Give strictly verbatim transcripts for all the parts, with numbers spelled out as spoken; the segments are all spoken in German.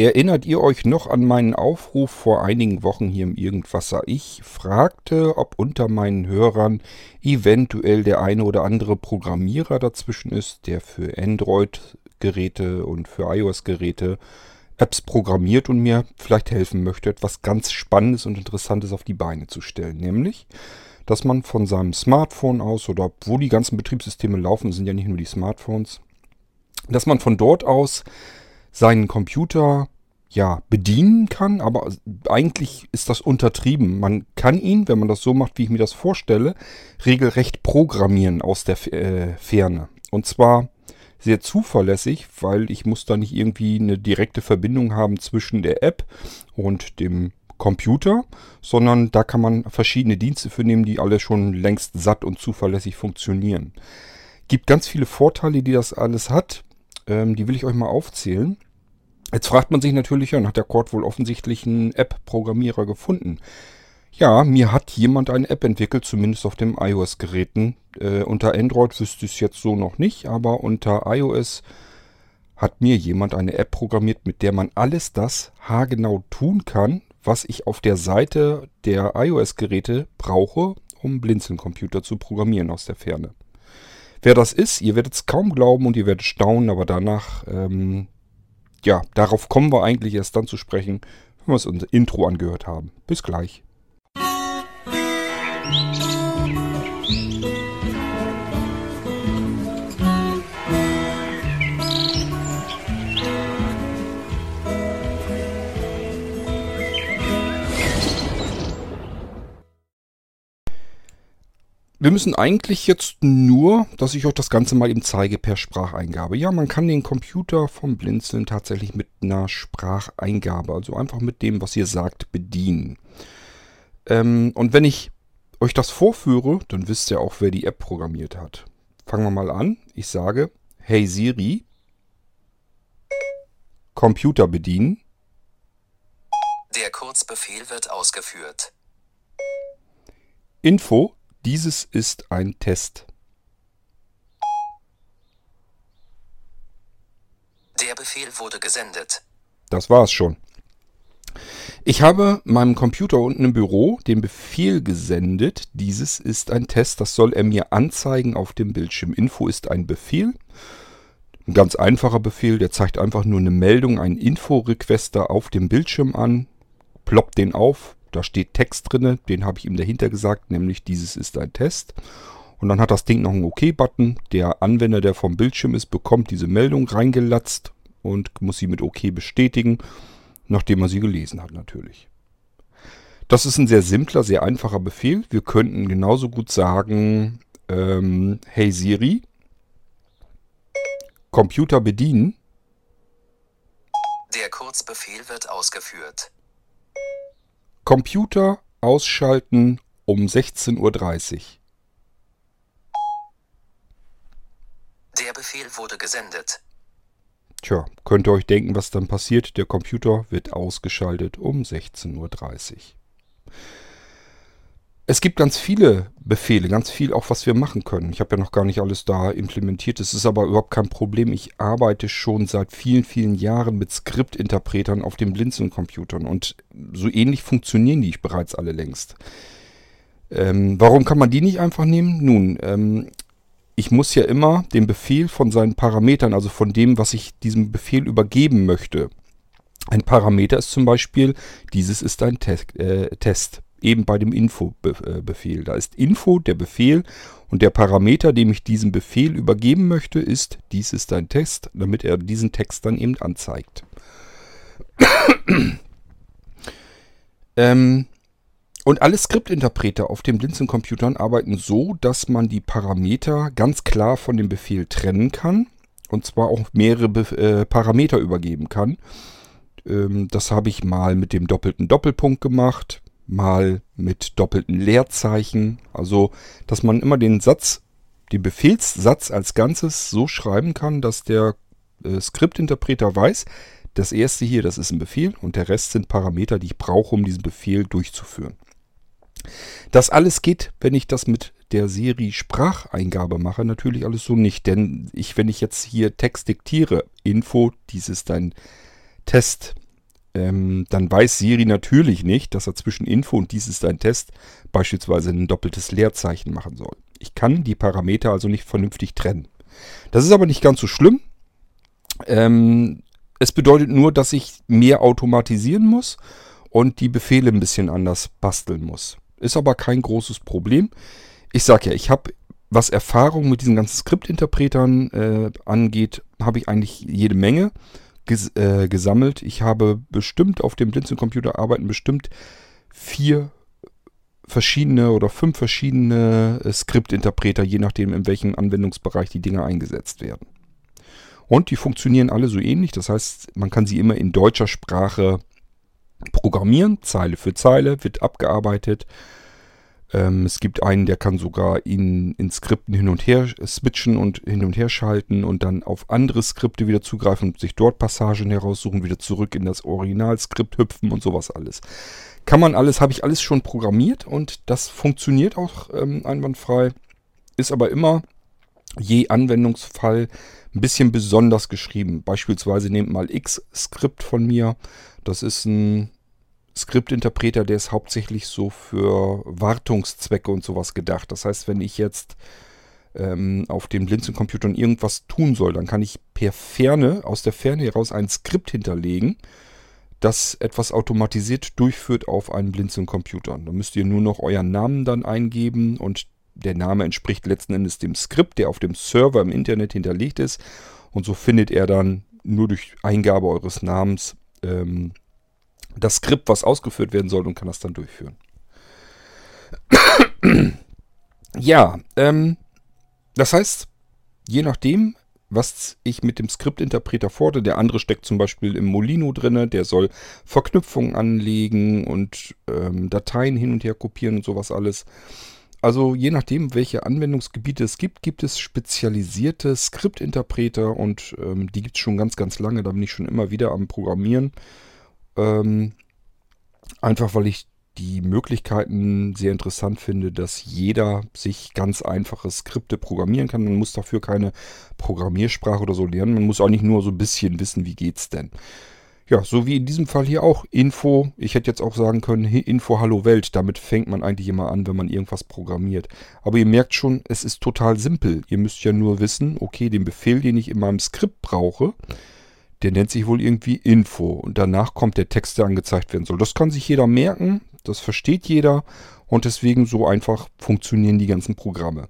Erinnert ihr euch noch an meinen Aufruf vor einigen Wochen hier im Irgendwasser? Ich fragte, ob unter meinen Hörern eventuell der eine oder andere Programmierer dazwischen ist, der für Android-Geräte und für iOS-Geräte Apps programmiert und mir vielleicht helfen möchte, etwas ganz Spannendes und Interessantes auf die Beine zu stellen. Nämlich, dass man von seinem Smartphone aus oder wo die ganzen Betriebssysteme laufen, sind ja nicht nur die Smartphones, dass man von dort aus seinen Computer ja bedienen kann, aber eigentlich ist das untertrieben. Man kann ihn, wenn man das so macht, wie ich mir das vorstelle, regelrecht programmieren aus der äh, Ferne. Und zwar sehr zuverlässig, weil ich muss da nicht irgendwie eine direkte Verbindung haben zwischen der App und dem Computer, sondern da kann man verschiedene Dienste für nehmen, die alle schon längst satt und zuverlässig funktionieren. Gibt ganz viele Vorteile, die das alles hat. Ähm, die will ich euch mal aufzählen. Jetzt fragt man sich natürlich, ja, hat der Cord wohl offensichtlich einen App-Programmierer gefunden? Ja, mir hat jemand eine App entwickelt, zumindest auf den iOS-Geräten. Äh, unter Android wüsste ich es jetzt so noch nicht, aber unter iOS hat mir jemand eine App programmiert, mit der man alles das haargenau tun kann, was ich auf der Seite der iOS-Geräte brauche, um Blinzeln-Computer zu programmieren aus der Ferne. Wer das ist, ihr werdet es kaum glauben und ihr werdet staunen, aber danach, ähm, ja, darauf kommen wir eigentlich erst dann zu sprechen, wenn wir uns unser Intro angehört haben. Bis gleich. Wir müssen eigentlich jetzt nur, dass ich euch das Ganze mal eben zeige per Spracheingabe. Ja, man kann den Computer vom Blinzeln tatsächlich mit einer Spracheingabe, also einfach mit dem, was ihr sagt, bedienen. Ähm, und wenn ich euch das vorführe, dann wisst ihr auch, wer die App programmiert hat. Fangen wir mal an. Ich sage, hey Siri, Computer bedienen. Der Kurzbefehl wird ausgeführt. Info. Dieses ist ein Test. Der Befehl wurde gesendet. Das war's schon. Ich habe meinem Computer unten im Büro den Befehl gesendet. Dieses ist ein Test. Das soll er mir anzeigen auf dem Bildschirm. Info ist ein Befehl. Ein ganz einfacher Befehl. Der zeigt einfach nur eine Meldung, einen Info-Requester auf dem Bildschirm an. Ploppt den auf. Da steht Text drin, den habe ich ihm dahinter gesagt, nämlich dieses ist ein Test. Und dann hat das Ding noch einen OK-Button. Der Anwender, der vom Bildschirm ist, bekommt diese Meldung reingelatzt und muss sie mit OK bestätigen, nachdem er sie gelesen hat natürlich. Das ist ein sehr simpler, sehr einfacher Befehl. Wir könnten genauso gut sagen, ähm, hey Siri, Computer bedienen. Der Kurzbefehl wird ausgeführt. Computer ausschalten um sechzehn Uhr dreißig. Der Befehl wurde gesendet. Tja, könnt ihr euch denken, was dann passiert? Der Computer wird ausgeschaltet um sechzehn Uhr dreißig. Es gibt ganz viele Befehle, ganz viel auch, was wir machen können. Ich habe ja noch gar nicht alles da implementiert. Es ist aber überhaupt kein Problem. Ich arbeite schon seit vielen, vielen Jahren mit Skriptinterpretern auf den Blinzeln-Computern. Und so ähnlich funktionieren die bereits alle längst. Ähm, warum kann man die nicht einfach nehmen? Nun, ähm, ich muss ja immer den Befehl von seinen Parametern, also von dem, was ich diesem Befehl übergeben möchte. Ein Parameter ist zum Beispiel, dieses ist ein Te äh, Test. Eben bei dem Info-Befehl. Da ist Info der Befehl und der Parameter, dem ich diesen Befehl übergeben möchte, ist, dies ist ein Test, damit er diesen Text dann eben anzeigt. ähm, und alle Skriptinterpreter auf den Blinzeln-Computern arbeiten so, dass man die Parameter ganz klar von dem Befehl trennen kann und zwar auch mehrere Be äh, Parameter übergeben kann. Ähm, das habe ich mal mit dem doppelten Doppelpunkt gemacht. Mal mit doppelten Leerzeichen, also dass man immer den Satz, den Befehlssatz als Ganzes so schreiben kann, dass der äh, Skriptinterpreter weiß, das erste hier, das ist ein Befehl und der Rest sind Parameter, die ich brauche, um diesen Befehl durchzuführen. Das alles geht, wenn ich das mit der Siri Spracheingabe mache, natürlich alles so nicht, denn ich, wenn ich jetzt hier Text diktiere, Info, dies ist ein Test, ähm, dann weiß Siri natürlich nicht, dass er zwischen Info und dies ist ein Test beispielsweise ein doppeltes Leerzeichen machen soll. Ich kann die Parameter also nicht vernünftig trennen. Das ist aber nicht ganz so schlimm. Ähm, es bedeutet nur, dass ich mehr automatisieren muss und die Befehle ein bisschen anders basteln muss. Ist aber kein großes Problem. Ich sage ja, ich habe, was Erfahrung mit diesen ganzen Skriptinterpretern äh, angeht, habe ich eigentlich jede Menge ges äh, gesammelt. Ich habe bestimmt auf dem Blinzeln-Computer arbeiten bestimmt vier verschiedene oder fünf verschiedene äh, Skriptinterpreter, je nachdem, in welchem Anwendungsbereich die Dinge eingesetzt werden. Und die funktionieren alle so ähnlich. Das heißt, man kann sie immer in deutscher Sprache programmieren. Zeile für Zeile wird abgearbeitet. Ähm, es gibt einen, der kann sogar in, in Skripten hin und her switchen und hin und her schalten und dann auf andere Skripte wieder zugreifen und sich dort Passagen heraussuchen, wieder zurück in das Originalskript hüpfen und sowas alles. Kann man alles, habe ich alles schon programmiert und das funktioniert auch ähm, einwandfrei. Ist aber immer je Anwendungsfall ein bisschen besonders geschrieben. Beispielsweise nehmt mal X-Skript von mir. Das ist ein Skriptinterpreter, der ist hauptsächlich so für Wartungszwecke und sowas gedacht. Das heißt, wenn ich jetzt ähm, auf den Blinzeln-Computern irgendwas tun soll, dann kann ich per Ferne, aus der Ferne heraus ein Skript hinterlegen, das etwas automatisiert durchführt auf einen Blinzeln-Computer. Da müsst ihr nur noch euren Namen dann eingeben und der Name entspricht letzten Endes dem Skript, der auf dem Server im Internet hinterlegt ist. Und so findet er dann nur durch Eingabe eures Namens ähm, das Skript, was ausgeführt werden soll und kann das dann durchführen. Ja, ähm, das heißt, je nachdem, was ich mit dem Skriptinterpreter fordere, der andere steckt zum Beispiel im Molino drin, der soll Verknüpfungen anlegen und ähm, Dateien hin und her kopieren und sowas alles. Also je nachdem, welche Anwendungsgebiete es gibt, gibt es spezialisierte Skriptinterpreter und ähm, die gibt es schon ganz, ganz lange. Da bin ich schon immer wieder am Programmieren. Ähm, einfach weil ich die Möglichkeiten sehr interessant finde, dass jeder sich ganz einfache Skripte programmieren kann. Man muss dafür keine Programmiersprache oder so lernen. Man muss auch nicht nur so ein bisschen wissen, wie geht's denn. Ja, so wie in diesem Fall hier auch. Info, ich hätte jetzt auch sagen können, Info Hallo Welt. Damit fängt man eigentlich immer an, wenn man irgendwas programmiert. Aber ihr merkt schon, es ist total simpel. Ihr müsst ja nur wissen, okay, den Befehl, den ich in meinem Skript brauche, der nennt sich wohl irgendwie Info. Und danach kommt der Text, der angezeigt werden soll. Das kann sich jeder merken, das versteht jeder. Und deswegen so einfach funktionieren die ganzen Programme.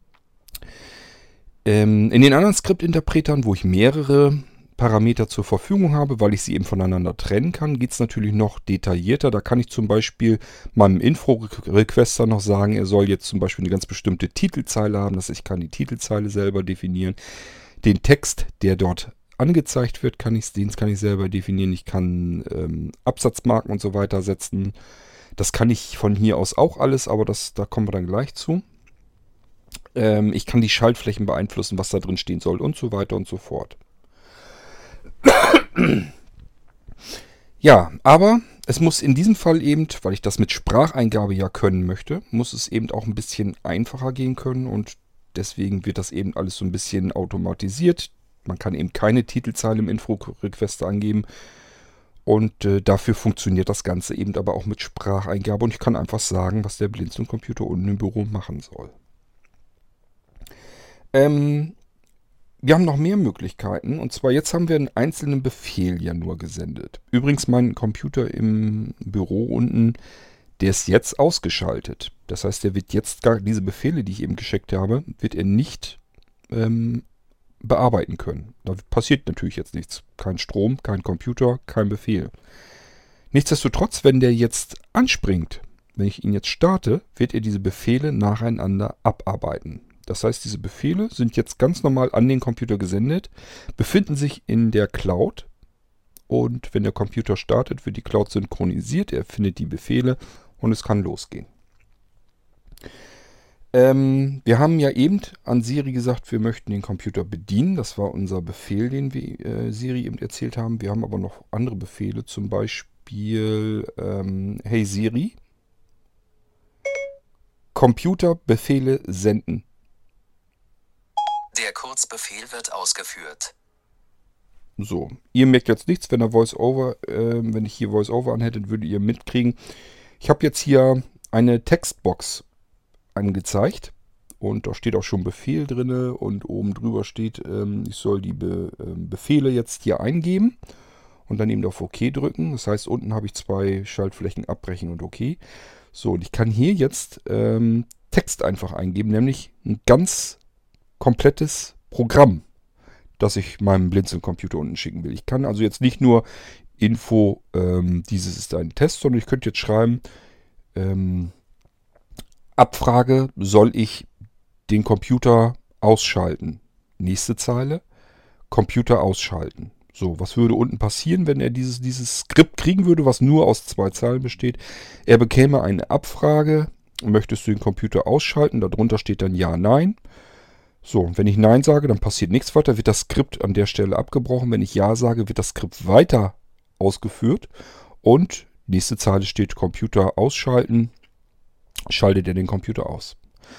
Ähm, in den anderen Skriptinterpretern, wo ich mehrere Parameter zur Verfügung habe, weil ich sie eben voneinander trennen kann, geht es natürlich noch detaillierter. Da kann ich zum Beispiel meinem Info-Requester noch sagen, er soll jetzt zum Beispiel eine ganz bestimmte Titelzeile haben, dass ich kann die Titelzeile selber definieren. Den Text, der dort angezeigt wird, kann ich, den kann ich selber definieren. Ich kann ähm, Absatzmarken und so weiter setzen. Das kann ich von hier aus auch alles, aber das, da kommen wir dann gleich zu. Ähm, ich kann die Schaltflächen beeinflussen, was da drin stehen soll und so weiter und so fort. Ja, aber es muss in diesem Fall eben, weil ich das mit Spracheingabe ja können möchte, muss es eben auch ein bisschen einfacher gehen können und deswegen wird das eben alles so ein bisschen automatisiert. Man kann eben keine Titelzeile im Info-Requester angeben und äh, dafür funktioniert das Ganze eben aber auch mit Spracheingabe und ich kann einfach sagen, was der Blinzeln-Computer unten im Büro machen soll. Ähm... Wir haben noch mehr Möglichkeiten und zwar jetzt haben wir einen einzelnen Befehl ja nur gesendet. Übrigens mein Computer im Büro unten, der ist jetzt ausgeschaltet. Das heißt, der wird jetzt gar diese Befehle, die ich eben geschickt habe, wird er nicht ähm, bearbeiten können. Da passiert natürlich jetzt nichts. Kein Strom, kein Computer, kein Befehl. Nichtsdestotrotz, wenn der jetzt anspringt, wenn ich ihn jetzt starte, wird er diese Befehle nacheinander abarbeiten. Das heißt, diese Befehle sind jetzt ganz normal an den Computer gesendet, befinden sich in der Cloud und wenn der Computer startet, wird die Cloud synchronisiert, er findet die Befehle und es kann losgehen. Ähm, wir haben ja eben an Siri gesagt, wir möchten den Computer bedienen. Das war unser Befehl, den wir äh, Siri eben erzählt haben. Wir haben aber noch andere Befehle, zum Beispiel ähm, Hey Siri, Computerbefehle senden. Der Kurzbefehl wird ausgeführt. So, ihr merkt jetzt nichts, wenn er VoiceOver, äh, wenn ich hier VoiceOver anhätte, würdet ihr mitkriegen. Ich habe jetzt hier eine Textbox angezeigt und da steht auch schon Befehl drin und oben drüber steht, ähm, ich soll die Be äh, Befehle jetzt hier eingeben und dann eben auf OK drücken. Das heißt, unten habe ich zwei Schaltflächen abbrechen und OK. So, und ich kann hier jetzt ähm, Text einfach eingeben, nämlich ein ganz komplettes Programm, das ich meinem Blinzeln-Computer unten schicken will. Ich kann also jetzt nicht nur Info, ähm, dieses ist ein Test, sondern ich könnte jetzt schreiben, ähm, Abfrage, soll ich den Computer ausschalten? Nächste Zeile, Computer ausschalten. So, was würde unten passieren, wenn er dieses, dieses Skript kriegen würde, was nur aus zwei Zeilen besteht? Er bekäme eine Abfrage, möchtest du den Computer ausschalten? Darunter steht dann Ja, Nein. So, und wenn ich Nein sage, dann passiert nichts weiter, wird das Skript an der Stelle abgebrochen. Wenn ich Ja sage, wird das Skript weiter ausgeführt. Und nächste Zeile steht Computer ausschalten, schaltet er den Computer aus.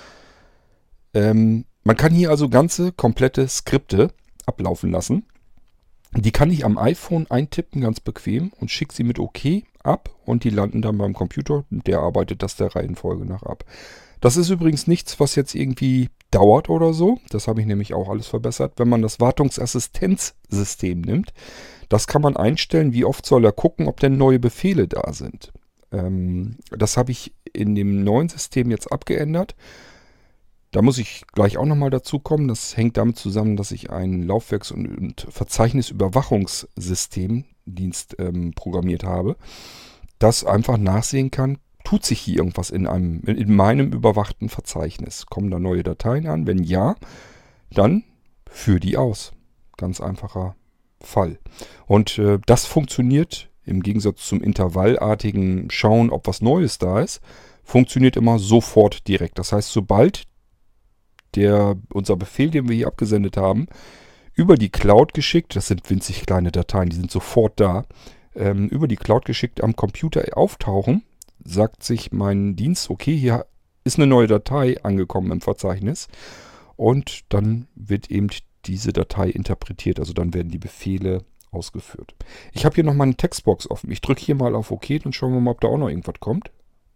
Ähm, man kann hier also ganze, komplette Skripte ablaufen lassen. Die kann ich am iPhone eintippen, ganz bequem, und schicke sie mit OK ab und die landen dann beim Computer. Der arbeitet das der Reihenfolge nach ab. Das ist übrigens nichts, was jetzt irgendwie dauert oder so. Das habe ich nämlich auch alles verbessert. Wenn man das Wartungsassistenzsystem nimmt, das kann man einstellen, wie oft soll er gucken, ob denn neue Befehle da sind. Ähm, das habe ich in dem neuen System jetzt abgeändert. Da muss ich gleich auch nochmal dazu kommen. Das hängt damit zusammen, dass ich ein Laufwerks- und, und Verzeichnisüberwachungssystemdienst ähm, programmiert habe, das einfach nachsehen kann, tut sich hier irgendwas in, einem, in meinem überwachten Verzeichnis. Kommen da neue Dateien an? Wenn ja, dann führe die aus. Ganz einfacher Fall. Und äh, das funktioniert im Gegensatz zum intervallartigen Schauen, ob was Neues da ist, funktioniert immer sofort direkt. Das heißt, sobald der, unser Befehl, den wir hier abgesendet haben, über die Cloud geschickt, das sind winzig kleine Dateien, die sind sofort da, ähm, über die Cloud geschickt am Computer auftauchen, sagt sich mein Dienst, okay, hier ist eine neue Datei angekommen im Verzeichnis und dann wird eben diese Datei interpretiert, also dann werden die Befehle ausgeführt. Ich habe hier nochmal eine Textbox offen. Ich drücke hier mal auf OK, dann schauen wir mal, ob da auch noch irgendwas kommt.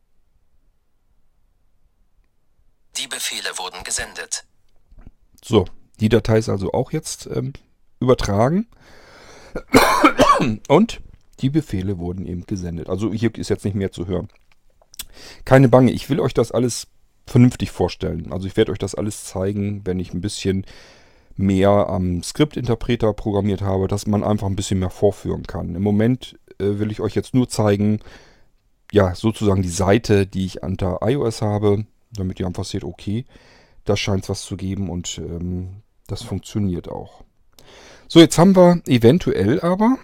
Die Befehle wurden gesendet. So, die Datei ist also auch jetzt ähm, übertragen und die Befehle wurden eben gesendet. Also hier ist jetzt nicht mehr zu hören. Keine Bange, ich will euch das alles vernünftig vorstellen. Also ich werde euch das alles zeigen, wenn ich ein bisschen mehr am Skriptinterpreter programmiert habe, dass man einfach ein bisschen mehr vorführen kann. Im Moment äh, will ich euch jetzt nur zeigen, ja, sozusagen die Seite, die ich unter iOS habe, damit ihr einfach seht, okay, da scheint es was zu geben und ähm, das funktioniert auch. So, jetzt haben wir eventuell aber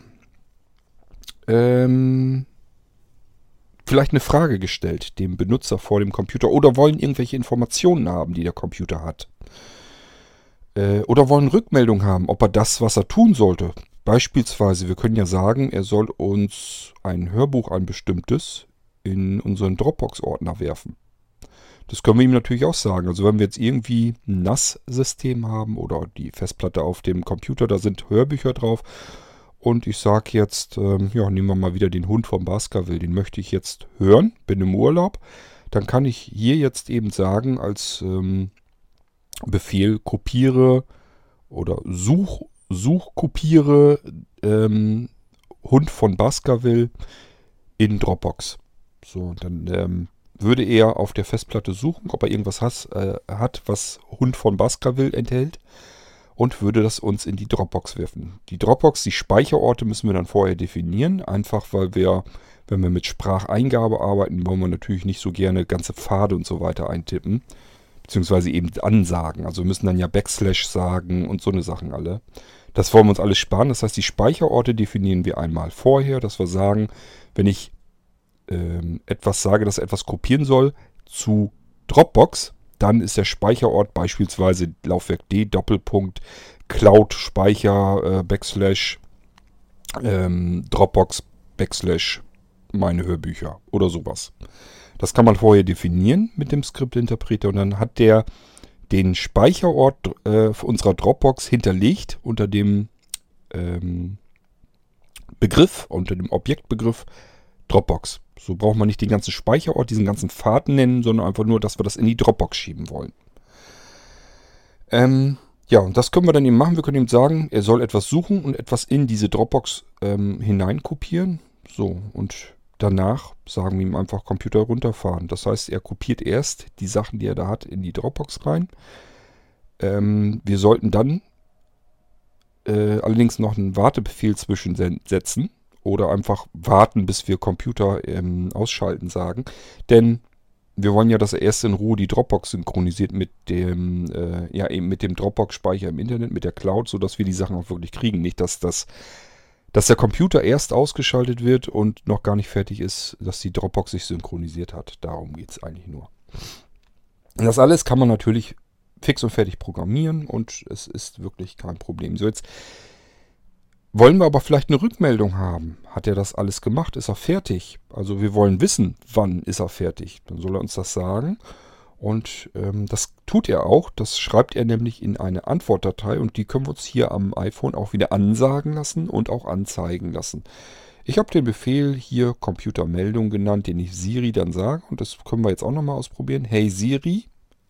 ähm, vielleicht eine Frage gestellt dem Benutzer vor dem Computer oder wollen irgendwelche Informationen haben, die der Computer hat. Äh, oder wollen Rückmeldung haben, ob er das, was er tun sollte. Beispielsweise, wir können ja sagen, er soll uns ein Hörbuch, ein bestimmtes, in unseren Dropbox-Ordner werfen. Das können wir ihm natürlich auch sagen. Also wenn wir jetzt irgendwie ein N A S-System haben oder die Festplatte auf dem Computer, da sind Hörbücher drauf. Und ich sage jetzt, ähm, ja, nehmen wir mal wieder den Hund von Baskerville, den möchte ich jetzt hören, bin im Urlaub. Dann kann ich hier jetzt eben sagen als ähm, Befehl kopiere oder such, such kopiere ähm, Hund von Baskerville in Dropbox. So, dann ähm, würde er auf der Festplatte suchen, ob er irgendwas has, äh, hat, was Hund von Baskerville enthält und würde das uns in die Dropbox werfen. Die Dropbox, die Speicherorte müssen wir dann vorher definieren, einfach weil wir, wenn wir mit Spracheingabe arbeiten, wollen wir natürlich nicht so gerne ganze Pfade und so weiter eintippen, beziehungsweise eben ansagen. Also wir müssen dann ja Backslash sagen und so eine Sachen alle. Das wollen wir uns alles sparen. Das heißt, die Speicherorte definieren wir einmal vorher, dass wir sagen, wenn ich etwas sage, dass er etwas kopieren soll zu Dropbox, dann ist der Speicherort beispielsweise Laufwerk D, Doppelpunkt, Cloud, Speicher, äh, Backslash, ähm, Dropbox, Backslash, meine Hörbücher oder sowas. Das kann man vorher definieren mit dem Skriptinterpreter und dann hat der den Speicherort äh, unserer Dropbox hinterlegt unter dem ähm, Begriff, unter dem Objektbegriff Dropbox. So braucht man nicht den ganzen Speicherort, diesen ganzen Pfad nennen, sondern einfach nur, dass wir das in die Dropbox schieben wollen. Ähm, ja, und das können wir dann eben machen. Wir können ihm sagen, er soll etwas suchen und etwas in diese Dropbox ähm, hineinkopieren. So, und danach sagen wir ihm einfach Computer runterfahren. Das heißt, er kopiert erst die Sachen, die er da hat, in die Dropbox rein. Ähm, wir sollten dann äh, allerdings noch einen Wartebefehl zwischensetzen oder einfach warten, bis wir Computer ähm, ausschalten sagen. Denn wir wollen ja, dass er erst in Ruhe die Dropbox synchronisiert mit dem, äh, ja, eben mit dem Dropbox-Speicher im Internet, mit der Cloud, sodass wir die Sachen auch wirklich kriegen. Nicht, dass das, dass der Computer erst ausgeschaltet wird und noch gar nicht fertig ist, dass die Dropbox sich synchronisiert hat. Darum geht es eigentlich nur. Und das alles kann man natürlich fix und fertig programmieren und es ist wirklich kein Problem. So, jetzt wollen wir aber vielleicht eine Rückmeldung haben. Hat er das alles gemacht? Ist er fertig? Also wir wollen wissen, wann ist er fertig. Dann soll er uns das sagen. Und ähm, das tut er auch. Das schreibt er nämlich in eine Antwortdatei und die können wir uns hier am iPhone auch wieder ansagen lassen und auch anzeigen lassen. Ich habe den Befehl hier Computermeldung genannt, den ich Siri dann sage. Und das können wir jetzt auch nochmal ausprobieren. Hey Siri,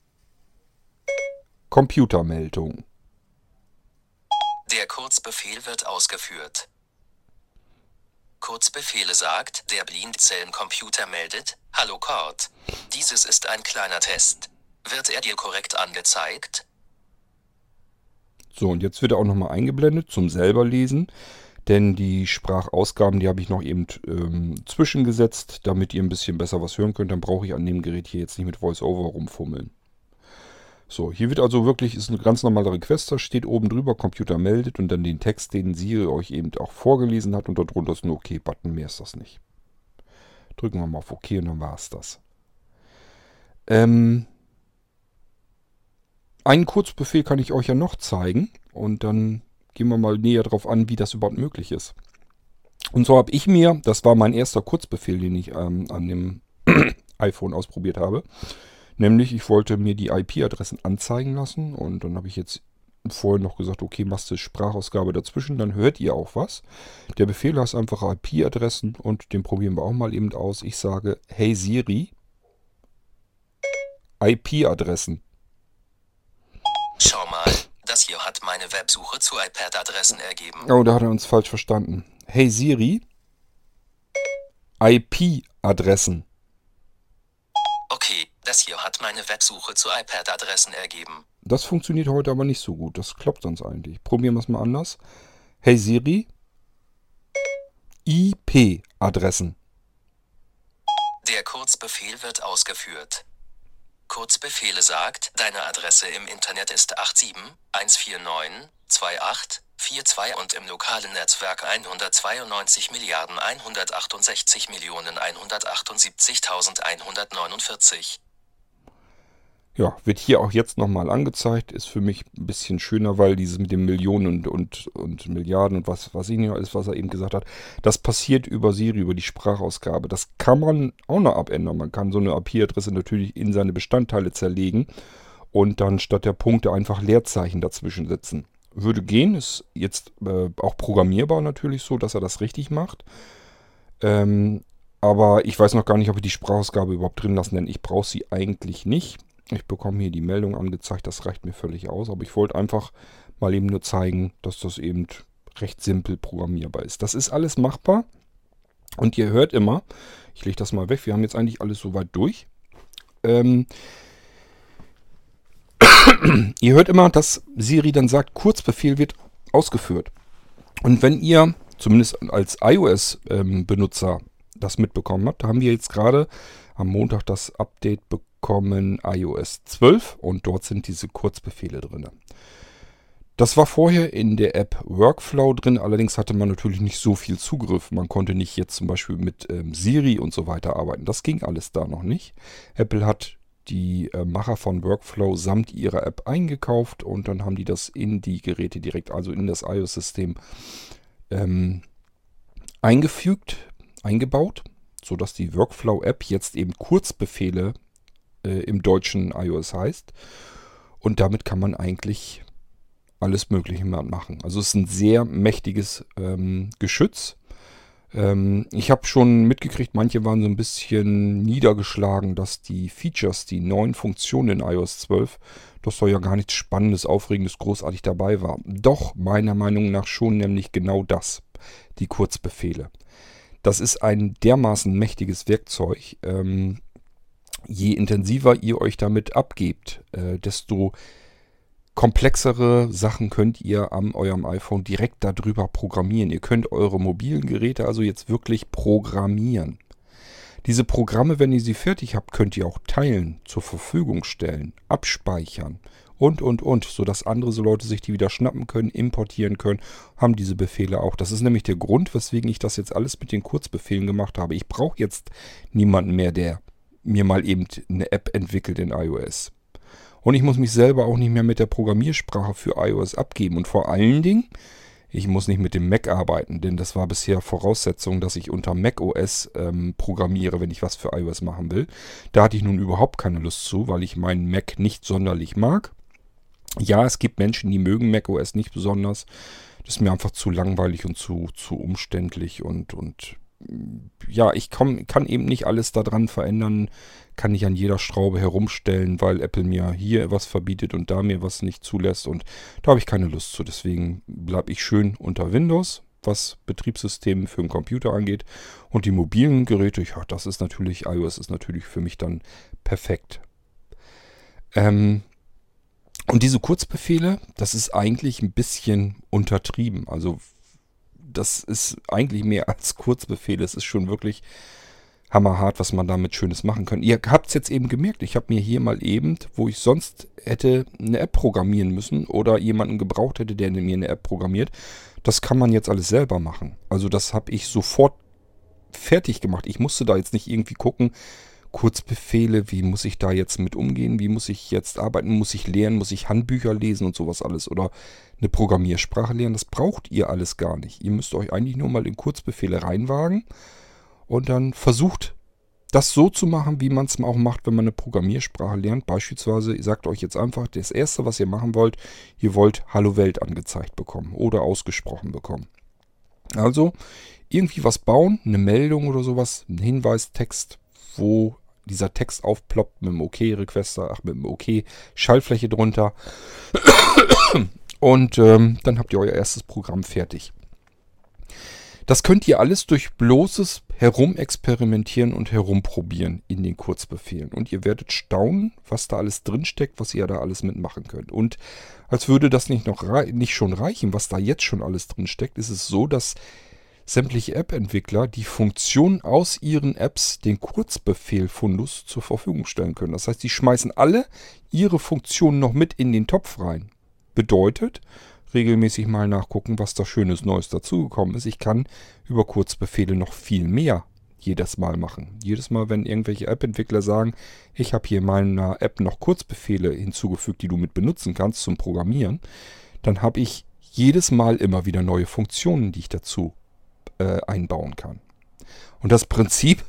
Computermeldung. Der Kurzbefehl wird ausgeführt. Kurzbefehle sagt, der Blinzellencomputer meldet, Hallo Cord. Dieses ist ein kleiner Test. Wird er dir korrekt angezeigt? So, und jetzt wird er auch nochmal eingeblendet zum selber lesen. Denn die Sprachausgaben, die habe ich noch eben ähm, zwischengesetzt, damit ihr ein bisschen besser was hören könnt. Dann brauche ich an dem Gerät hier jetzt nicht mit VoiceOver rumfummeln. So, hier wird also wirklich, ist eine ganz normale Request, da steht oben drüber, Computer meldet und dann den Text, den Siri euch eben auch vorgelesen hat und darunter ist ein OK-Button, mehr ist das nicht. Drücken wir mal auf OK und dann war es das. Ähm, einen Kurzbefehl kann ich euch ja noch zeigen und dann gehen wir mal näher drauf an, wie das überhaupt möglich ist. Und so habe ich mir, das war mein erster Kurzbefehl, den ich ähm, an dem iPhone ausprobiert habe. Nämlich, ich wollte mir die I P-Adressen anzeigen lassen und dann habe ich jetzt vorhin noch gesagt, okay, machst du Sprachausgabe dazwischen, dann hört ihr auch was. Der Befehl heißt einfach I P-Adressen und den probieren wir auch mal eben aus. Ich sage, hey Siri, I P-Adressen. Schau mal, das hier hat meine Websuche zu iPad-Adressen ergeben. Oh, da hat er uns falsch verstanden. Hey Siri, I P-Adressen. Okay, das hier hat meine Websuche zu iPad-Adressen ergeben. Das funktioniert heute aber nicht so gut. Das klappt sonst eigentlich. Probieren wir es mal anders. Hey Siri, I P-Adressen. Der Kurzbefehl wird ausgeführt. Kurzbefehle sagt, deine Adresse im Internet ist acht sieben eins vier neun zwei acht vier zwei und im lokalen Netzwerk hundertzweiundneunzig Milliarden hundertachtundsechzig Millionen hundertachtundsiebzigtausendeinhundertneunundvierzig. Ja, wird hier auch jetzt nochmal angezeigt. Ist für mich ein bisschen schöner, weil dieses mit den Millionen und, und, und Milliarden und was, was ich nicht ist, was er eben gesagt hat, das passiert über Siri, über die Sprachausgabe. Das kann man auch noch abändern. Man kann so eine I P-Adresse natürlich in seine Bestandteile zerlegen und dann statt der Punkte einfach Leerzeichen dazwischen setzen. Würde gehen, ist jetzt äh, auch programmierbar natürlich so, dass er das richtig macht. Ähm, aber ich weiß noch gar nicht, ob ich die Sprachausgabe überhaupt drin lassen, denn ich brauche sie eigentlich nicht. Ich bekomme hier die Meldung angezeigt, das reicht mir völlig aus. Aber ich wollte einfach mal eben nur zeigen, dass das eben recht simpel programmierbar ist. Das ist alles machbar. Und ihr hört immer, ich lege das mal weg, wir haben jetzt eigentlich alles soweit durch. Ähm, ihr hört immer, dass Siri dann sagt, Kurzbefehl wird ausgeführt. Und wenn ihr, zumindest als iOS-Benutzer, ähm, das mitbekommen habt, da haben wir jetzt gerade am Montag das Update bekommen, i O S zwölf, und dort sind diese Kurzbefehle drin. Das war vorher in der App Workflow drin, allerdings hatte man natürlich nicht so viel Zugriff. Man konnte nicht jetzt zum Beispiel mit ähm, Siri und so weiter arbeiten. Das ging alles da noch nicht. Apple hat die äh, Macher von Workflow samt ihrer App eingekauft und dann haben die das in die Geräte direkt, also in das iOS-System ähm, eingefügt, eingebaut, sodass die Workflow-App jetzt eben Kurzbefehle äh, im deutschen iOS heißt. Und damit kann man eigentlich alles Mögliche machen. Also es ist ein sehr mächtiges ähm, Geschütz. Ähm, ich habe schon mitgekriegt, manche waren so ein bisschen niedergeschlagen, dass die Features, die neuen Funktionen in i O S zwölf, das soll ja gar nichts Spannendes, Aufregendes, großartig dabei war. Doch, meiner Meinung nach schon nämlich genau das, die Kurzbefehle. Das ist ein dermaßen mächtiges Werkzeug. Ähm, je intensiver ihr euch damit abgebt, äh, desto komplexere Sachen könnt ihr an eurem iPhone direkt darüber programmieren. Ihr könnt eure mobilen Geräte also jetzt wirklich programmieren. Diese Programme, wenn ihr sie fertig habt, könnt ihr auch teilen, zur Verfügung stellen, abspeichern und, und, und, sodass andere so Leute sich die wieder schnappen können, importieren können, haben diese Befehle auch. Das ist nämlich der Grund, weswegen ich das jetzt alles mit den Kurzbefehlen gemacht habe. Ich brauche jetzt niemanden mehr, der mir mal eben eine App entwickelt in iOS. Und ich muss mich selber auch nicht mehr mit der Programmiersprache für iOS abgeben. Und vor allen Dingen, ich muss nicht mit dem Mac arbeiten, denn das war bisher Voraussetzung, dass ich unter macOS ähm, programmiere, wenn ich was für iOS machen will. Da hatte ich nun überhaupt keine Lust zu, weil ich meinen Mac nicht sonderlich mag. Ja, es gibt Menschen, die mögen macOS nicht besonders. Das ist mir einfach zu langweilig und zu, zu umständlich und, und ja, ich komm, kann eben nicht alles daran verändern, kann nicht an jeder Schraube herumstellen, weil Apple mir hier was verbietet und da mir was nicht zulässt und da habe ich keine Lust zu. Deswegen bleibe ich schön unter Windows, was Betriebssystem für den Computer angeht, und die mobilen Geräte, ja, das ist natürlich, iOS ist natürlich für mich dann perfekt. Ähm, und diese Kurzbefehle, das ist eigentlich ein bisschen untertrieben, also das ist eigentlich mehr als Kurzbefehle. Es ist schon wirklich hammerhart, was man damit Schönes machen kann. Ihr habt es jetzt eben gemerkt. Ich habe mir hier mal eben, wo ich sonst hätte eine App programmieren müssen oder jemanden gebraucht hätte, der mir eine App programmiert, das kann man jetzt alles selber machen. Also das habe ich sofort fertig gemacht. Ich musste da jetzt nicht irgendwie gucken, Kurzbefehle, wie muss ich da jetzt mit umgehen, wie muss ich jetzt arbeiten, muss ich lernen, muss ich Handbücher lesen und sowas alles oder eine Programmiersprache lernen, das braucht ihr alles gar nicht. Ihr müsst euch eigentlich nur mal in Kurzbefehle reinwagen und dann versucht, das so zu machen, wie man es auch macht, wenn man eine Programmiersprache lernt. Beispielsweise, ihr sagt euch jetzt einfach, das Erste, was ihr machen wollt, ihr wollt Hallo Welt angezeigt bekommen oder ausgesprochen bekommen. Also irgendwie was bauen, eine Meldung oder sowas, ein Hinweistext, wo dieser Text aufploppt mit dem OK-Requester, ach mit dem OK-Schaltfläche drunter. Und ähm, dann habt ihr euer erstes Programm fertig. Das könnt ihr alles durch bloßes Herumexperimentieren und Herumprobieren in den Kurzbefehlen. Und ihr werdet staunen, was da alles drinsteckt, was ihr da alles mitmachen könnt. Und als würde das nicht, noch rei- nicht schon reichen, was da jetzt schon alles drinsteckt, ist es so, dass sämtliche App-Entwickler die Funktion aus ihren Apps, den Kurzbefehl-Fundus, zur Verfügung stellen können. Das heißt, die schmeißen alle ihre Funktionen noch mit in den Topf rein. Bedeutet, regelmäßig mal nachgucken, was da Schönes Neues dazugekommen ist. Ich kann über Kurzbefehle noch viel mehr jedes Mal machen. Jedes Mal, wenn irgendwelche App-Entwickler sagen, ich habe hier in meiner App noch Kurzbefehle hinzugefügt, die du mit benutzen kannst zum Programmieren, dann habe ich jedes Mal immer wieder neue Funktionen, die ich dazu einbauen kann. Und das Prinzip,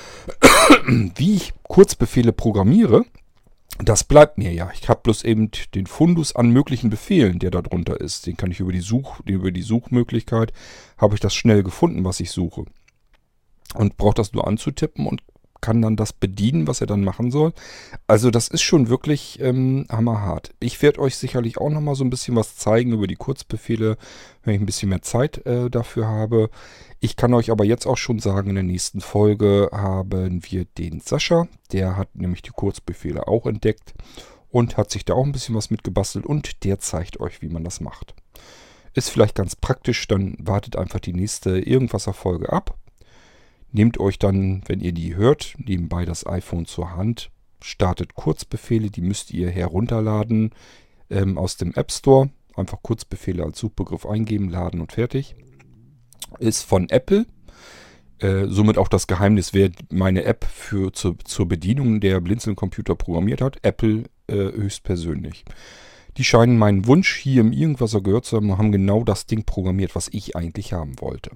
wie ich Kurzbefehle programmiere, das bleibt mir ja. Ich habe bloß eben den Fundus an möglichen Befehlen, der da drunter ist. Den kann ich über die Such, über die Suchmöglichkeit, habe ich das schnell gefunden, was ich suche. Und brauche das nur anzutippen und kann dann das bedienen, was er dann machen soll. Also das ist schon wirklich ähm, hammerhart. Ich werde euch sicherlich auch nochmal so ein bisschen was zeigen über die Kurzbefehle, wenn ich ein bisschen mehr Zeit äh, dafür habe. Ich kann euch aber jetzt auch schon sagen, in der nächsten Folge haben wir den Sascha. Der hat nämlich die Kurzbefehle auch entdeckt und hat sich da auch ein bisschen was mitgebastelt und der zeigt euch, wie man das macht. Ist vielleicht ganz praktisch, dann wartet einfach die nächste Irgendwas-Folge ab. Nehmt euch dann, wenn ihr die hört, nebenbei das iPhone zur Hand, startet Kurzbefehle, die müsst ihr herunterladen ähm, aus dem App Store. Einfach Kurzbefehle als Suchbegriff eingeben, laden und fertig. Ist von Apple. Äh, somit auch das Geheimnis, wer meine App für, zu, zur Bedienung der Blinzeln-Computer programmiert hat. Apple äh, höchstpersönlich. Die scheinen meinen Wunsch hier im Irgendwasser gehört zu haben und haben genau das Ding programmiert, was ich eigentlich haben wollte.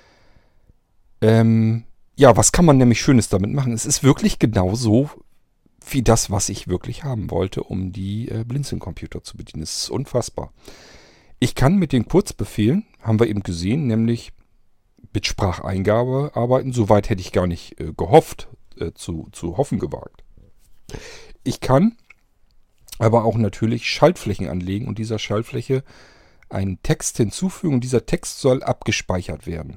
Ähm, ja, was kann man nämlich Schönes damit machen? Es ist wirklich genau so, wie das, was ich wirklich haben wollte, um die äh, Blinzeln-Computer zu bedienen. Das ist unfassbar. Ich kann mit den Kurzbefehlen, haben wir eben gesehen, nämlich mit Spracheingabe arbeiten. Soweit hätte ich gar nicht äh, gehofft, äh, zu, zu hoffen gewagt. Ich kann aber auch natürlich Schaltflächen anlegen und dieser Schaltfläche einen Text hinzufügen und dieser Text soll abgespeichert werden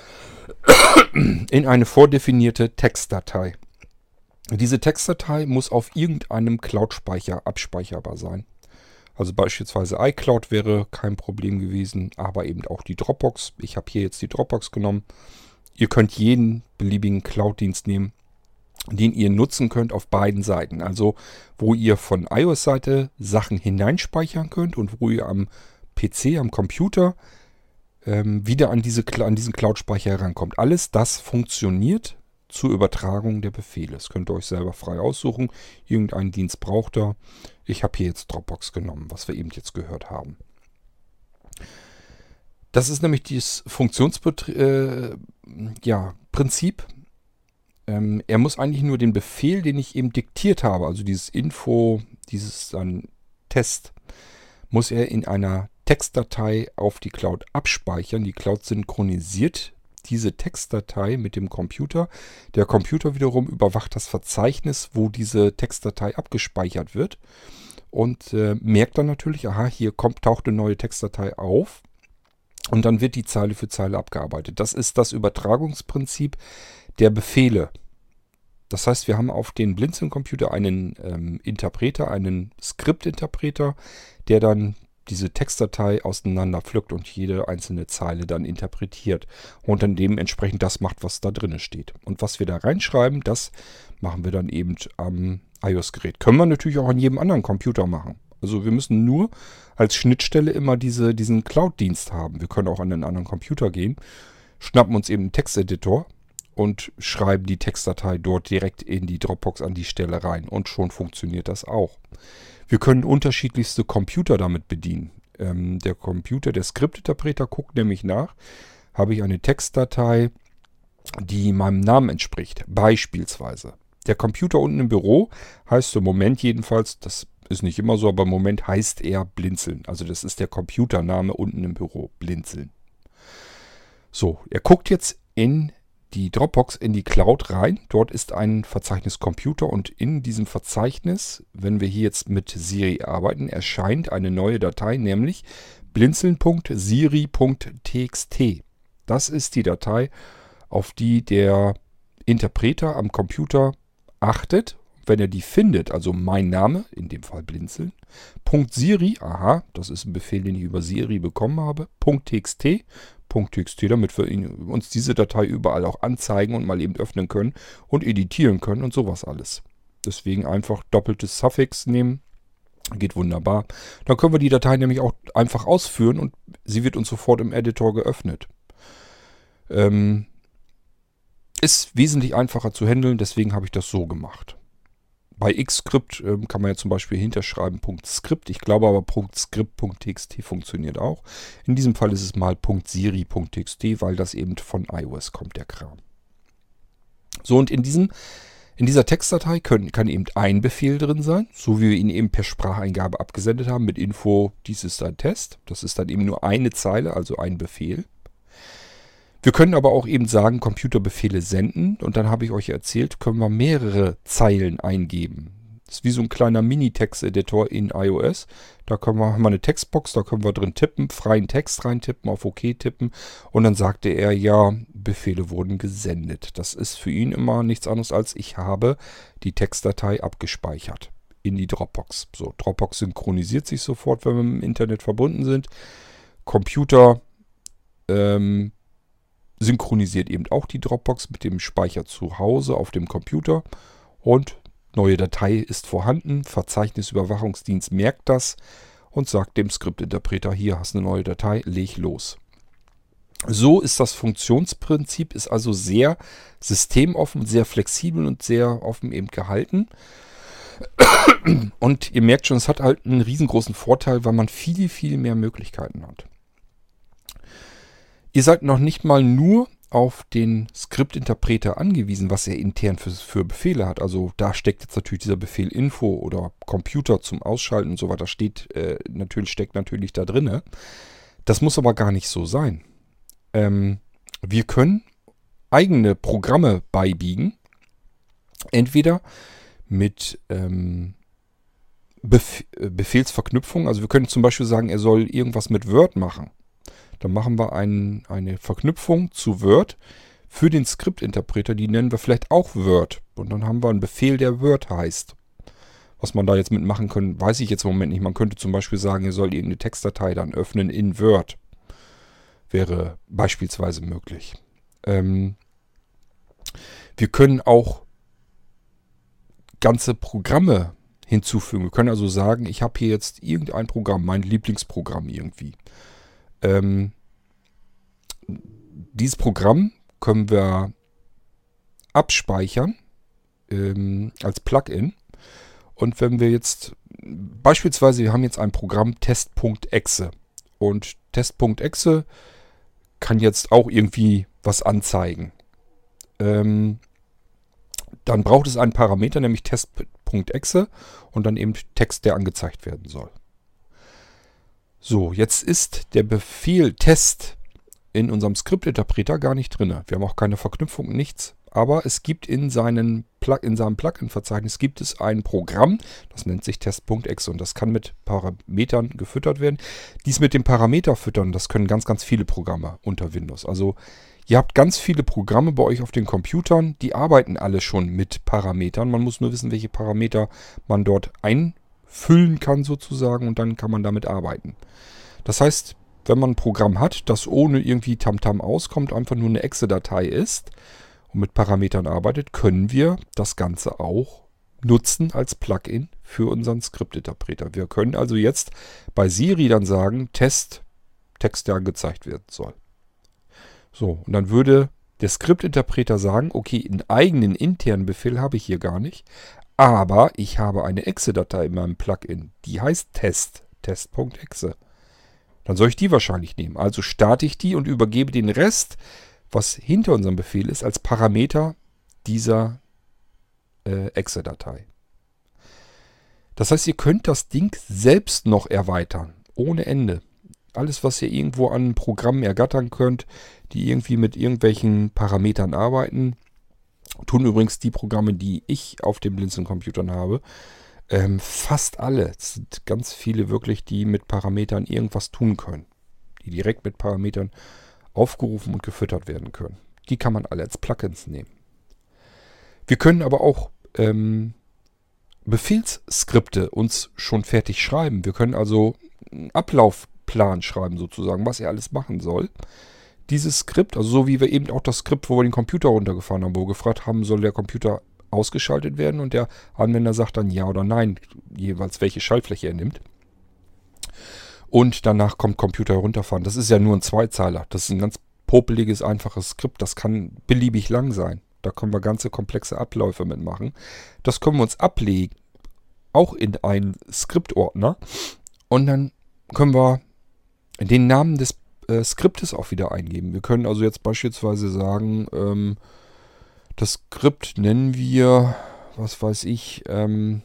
in eine vordefinierte Textdatei. Diese Textdatei muss auf irgendeinem Cloud-Speicher abspeicherbar sein. Also beispielsweise iCloud wäre kein Problem gewesen, aber eben auch die Dropbox. Ich habe hier jetzt die Dropbox genommen. Ihr könnt jeden beliebigen Cloud-Dienst nehmen, den ihr nutzen könnt auf beiden Seiten. Also wo ihr von iOS-Seite Sachen hineinspeichern könnt und wo ihr am P C, am Computer ähm, wieder an, diese, an diesen Cloud-Speicher herankommt. Alles das funktioniert zur Übertragung der Befehle. Das könnt ihr euch selber frei aussuchen. Irgendeinen Dienst braucht ihr. Ich habe hier jetzt Dropbox genommen, was wir eben jetzt gehört haben. Das ist nämlich dieses Funktionsprinzip. Äh, ja, Prinzip. Ähm, er muss eigentlich nur den Befehl, den ich eben diktiert habe, also dieses Info, dieses dann Test, muss er in einer Textdatei auf die Cloud abspeichern. Die Cloud synchronisiert diese Textdatei mit dem Computer. Der Computer wiederum überwacht das Verzeichnis, wo diese Textdatei abgespeichert wird und äh, merkt dann natürlich, aha, hier kommt, taucht eine neue Textdatei auf und dann wird die Zeile für Zeile abgearbeitet. Das ist das Übertragungsprinzip der Befehle. Das heißt, wir haben auf den Blinzeln-Computer einen ähm, Interpreter, einen Skriptinterpreter, der dann diese Textdatei auseinander pflückt und jede einzelne Zeile dann interpretiert und dann dementsprechend das macht, was da drin steht. Und was wir da reinschreiben, das machen wir dann eben am iOS-Gerät. Können wir natürlich auch an jedem anderen Computer machen. Also wir müssen nur als Schnittstelle immer diese, diesen Cloud-Dienst haben. Wir können auch an einen anderen Computer gehen, schnappen uns eben einen Texteditor und schreiben die Textdatei dort direkt in die Dropbox an die Stelle rein. Und schon funktioniert das auch. Wir können unterschiedlichste Computer damit bedienen. Ähm, der Computer, der Skriptinterpreter guckt nämlich nach, habe ich eine Textdatei, die meinem Namen entspricht. Beispielsweise. Der Computer unten im Büro heißt im Moment jedenfalls, das ist nicht immer so, aber im Moment heißt er Blinzeln. Also das ist der Computername unten im Büro, Blinzeln. So, er guckt jetzt in die Dropbox, in die Cloud rein. Dort ist ein Verzeichnis Computer und in diesem Verzeichnis, wenn wir hier jetzt mit Siri arbeiten, erscheint eine neue Datei, nämlich blinzeln punkt siri punkt t x t. Das ist die Datei, auf die der Interpreter am Computer achtet. Wenn er die findet, also mein Name, in dem Fall Blinzeln, .siri, aha, das ist ein Befehl, den ich über Siri bekommen habe, .txt, .txt, damit wir ihn, uns diese Datei überall auch anzeigen und mal eben öffnen können und editieren können und sowas alles. Deswegen einfach doppeltes Suffix nehmen, geht wunderbar. Dann können wir die Datei nämlich auch einfach ausführen und sie wird uns sofort im Editor geöffnet. Ähm, ist wesentlich einfacher zu handeln, deswegen habe ich das so gemacht. Bei Xscript ähm, kann man ja zum Beispiel hinterschreiben .script. Ich glaube aber .script.txt funktioniert auch. In diesem Fall ist es mal .siri.txt, weil das eben von iOS kommt, der Kram. So, und in, diesem, in dieser Textdatei können, kann eben ein Befehl drin sein, so wie wir ihn eben per Spracheingabe abgesendet haben mit Info, dies ist ein Test. Das ist dann eben nur eine Zeile, also ein Befehl. Wir können aber auch eben sagen, Computerbefehle senden und dann habe ich euch erzählt, können wir mehrere Zeilen eingeben. Das ist wie so ein kleiner Mini-Text-Editor in iOS. Da können wir, haben wir eine Textbox, da können wir drin tippen, freien Text reintippen, auf OK tippen und dann sagte er, ja, Befehle wurden gesendet. Das ist für ihn immer nichts anderes als, ich habe die Textdatei abgespeichert in die Dropbox. So, Dropbox synchronisiert sich sofort, wenn wir mit dem Internet verbunden sind. Computer, ähm, synchronisiert eben auch die Dropbox mit dem Speicher zu Hause auf dem Computer und neue Datei ist vorhanden. Verzeichnisüberwachungsdienst merkt das und sagt dem Skriptinterpreter, hier hast du eine neue Datei, leg los. So ist das Funktionsprinzip, ist also sehr systemoffen, sehr flexibel und sehr offen eben gehalten. Und ihr merkt schon, es hat halt einen riesengroßen Vorteil, weil man viel, viel mehr Möglichkeiten hat. Ihr seid noch nicht mal nur auf den Skriptinterpreter angewiesen, was er intern für, für Befehle hat. Also da steckt jetzt natürlich dieser Befehl Info oder Computer zum Ausschalten und so weiter, steht, äh, natürlich, steckt natürlich da drinne. Das muss aber gar nicht so sein. Ähm, wir können eigene Programme beibiegen. Entweder mit ähm, Bef Befehlsverknüpfung. Also wir können zum Beispiel sagen, er soll irgendwas mit Word machen. Dann machen wir ein, eine Verknüpfung zu Word für den Skriptinterpreter. Die nennen wir vielleicht auch Word. Und dann haben wir einen Befehl, der Word heißt. Was man da jetzt mitmachen kann, weiß ich jetzt im Moment nicht. Man könnte zum Beispiel sagen, er soll irgendeine Textdatei dann öffnen in Word. Wäre beispielsweise möglich. Ähm, wir können auch ganze Programme hinzufügen. Wir können also sagen, ich habe hier jetzt irgendein Programm, mein Lieblingsprogramm irgendwie. Ähm, dieses Programm können wir abspeichern ähm, als Plugin. Und wenn wir jetzt beispielsweise, wir haben jetzt ein Programm test.exe und test.exe kann jetzt auch irgendwie was anzeigen. Ähm, dann braucht es einen Parameter, nämlich test.exe und dann eben Text, der angezeigt werden soll. So, jetzt ist der Befehl Test in unserem Skriptinterpreter gar nicht drin. Wir haben auch keine Verknüpfung, nichts. Aber es gibt in, seinen Plug in seinem Plugin-Verzeichnis gibt es ein Programm, das nennt sich test.exe und das kann mit Parametern gefüttert werden. Dies mit dem Parameter füttern, das können ganz, ganz viele Programme unter Windows. Also ihr habt ganz viele Programme bei euch auf den Computern, die arbeiten alle schon mit Parametern. Man muss nur wissen, welche Parameter man dort einfüllen kann sozusagen und dann kann man damit arbeiten. Das heißt, wenn man ein Programm hat, das ohne irgendwie Tamtam auskommt, einfach nur eine Exe-Datei ist und mit Parametern arbeitet, können wir das Ganze auch nutzen als Plugin für unseren Skriptinterpreter. Wir können also jetzt bei Siri dann sagen, Test, Text, der angezeigt werden soll. So, und dann würde der Skriptinterpreter sagen, okay, einen eigenen internen Befehl habe ich hier gar nicht, aber ich habe eine Exe-Datei in meinem Plugin, die heißt Test, test.exe. Dann soll ich die wahrscheinlich nehmen. Also starte ich die und übergebe den Rest, was hinter unserem Befehl ist, als Parameter dieser äh, Exe-Datei. Das heißt, ihr könnt das Ding selbst noch erweitern, ohne Ende. Alles, was ihr irgendwo an Programmen ergattern könnt, die irgendwie mit irgendwelchen Parametern arbeiten, tun übrigens die Programme, die ich auf den Blinzeln-Computern habe, ähm, fast alle. Es sind ganz viele wirklich, die mit Parametern irgendwas tun können. Die direkt mit Parametern aufgerufen und gefüttert werden können. Die kann man alle als Plugins nehmen. Wir können aber auch ähm, Befehlsskripte uns schon fertig schreiben. Wir können also einen Ablaufplan schreiben sozusagen, was er alles machen soll. Dieses Skript, also so wie wir eben auch das Skript, wo wir den Computer runtergefahren haben, wo wir gefragt haben, soll der Computer ausgeschaltet werden und der Anwender sagt dann ja oder nein, jeweils welche Schaltfläche er nimmt. Und danach kommt Computer herunterfahren. Das ist ja nur ein Zweizeiler. Das ist ein ganz popeliges, einfaches Skript. Das kann beliebig lang sein. Da können wir ganze komplexe Abläufe mitmachen. Das können wir uns ablegen, auch in einen Skriptordner. Und dann können wir den Namen des äh, Skriptes auch wieder eingeben. Wir können also jetzt beispielsweise sagen, ähm, das Skript nennen wir, was weiß ich, ähm,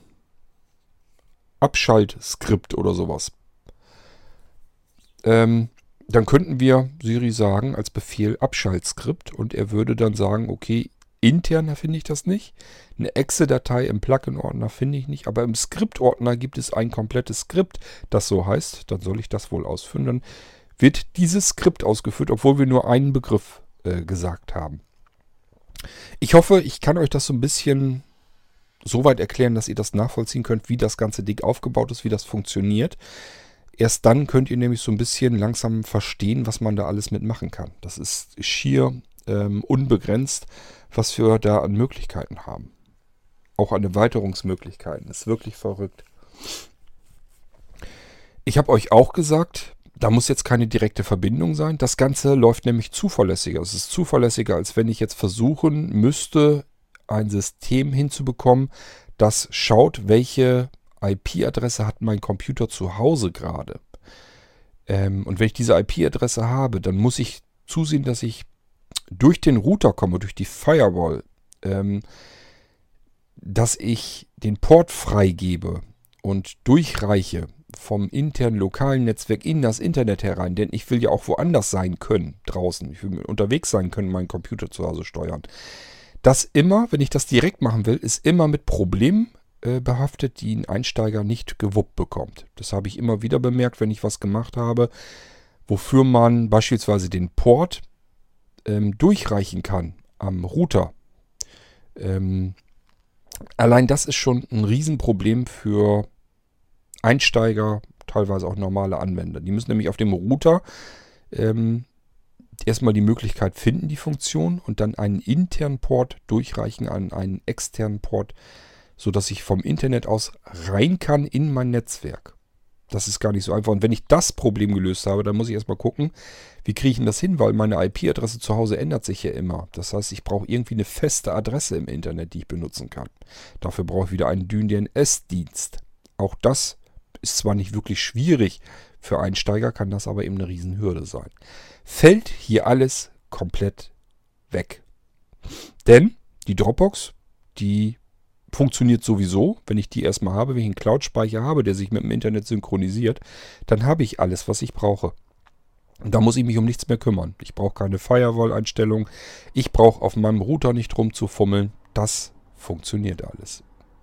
Abschaltskript oder sowas. Ähm, dann könnten wir Siri sagen als Befehl Abschaltskript und er würde dann sagen, okay, intern finde ich das nicht. Eine Exe-Datei im Plugin-Ordner finde ich nicht, aber im Skript-Ordner gibt es ein komplettes Skript, das so heißt. Dann soll ich das wohl ausführen. Dann wird dieses Skript ausgeführt, obwohl wir nur einen Begriff äh, gesagt haben. Ich hoffe, ich kann euch das so ein bisschen so weit erklären, dass ihr das nachvollziehen könnt, wie das ganze Ding aufgebaut ist, wie das funktioniert. Erst dann könnt ihr nämlich so ein bisschen langsam verstehen, was man da alles mitmachen kann. Das ist schier ähm, unbegrenzt, was wir da an Möglichkeiten haben. Auch an Erweiterungsmöglichkeiten. Das ist wirklich verrückt. Ich habe euch auch gesagt, da muss jetzt keine direkte Verbindung sein. Das Ganze läuft nämlich zuverlässiger. Es ist zuverlässiger, als wenn ich jetzt versuchen müsste, ein System hinzubekommen, das schaut, welche I P-Adresse hat mein Computer zu Hause gerade. Ähm, und wenn ich diese I P-Adresse habe, dann muss ich zusehen, dass ich durch den Router komme, durch die Firewall, ähm, dass ich den Port freigebe und durchreiche vom internen lokalen Netzwerk in das Internet herein, denn ich will ja auch woanders sein können, draußen. Ich will unterwegs sein können, meinen Computer zu Hause steuern. Das immer, wenn ich das direkt machen will, ist immer mit Problemen äh, behaftet, die ein Einsteiger nicht gewuppt bekommt. Das habe ich immer wieder bemerkt, wenn ich was gemacht habe, wofür man beispielsweise den Port ähm, durchreichen kann am Router. Ähm, allein das ist schon ein Riesenproblem für Einsteiger, teilweise auch normale Anwender. Die müssen nämlich auf dem Router ähm, erstmal die Möglichkeit finden, die Funktion, und dann einen internen Port durchreichen an einen externen Port, sodass ich vom Internet aus rein kann in mein Netzwerk. Das ist gar nicht so einfach. Und wenn ich das Problem gelöst habe, dann muss ich erstmal gucken, wie kriege ich denn das hin, weil meine I P-Adresse zu Hause ändert sich ja immer. Das heißt, ich brauche irgendwie eine feste Adresse im Internet, die ich benutzen kann. Dafür brauche ich wieder einen D N S-Dienst. Auch das ist zwar nicht wirklich schwierig, für Einsteiger kann das aber eben eine Riesenhürde sein. Fällt hier alles komplett weg. Denn die Dropbox, die funktioniert sowieso, wenn ich die erstmal habe, wenn ich einen Cloud-Speicher habe, der sich mit dem Internet synchronisiert, dann habe ich alles, was ich brauche. Und da muss ich mich um nichts mehr kümmern. Ich brauche keine Firewall-Einstellung. Ich brauche auf meinem Router nicht rumzufummeln. Das funktioniert alles.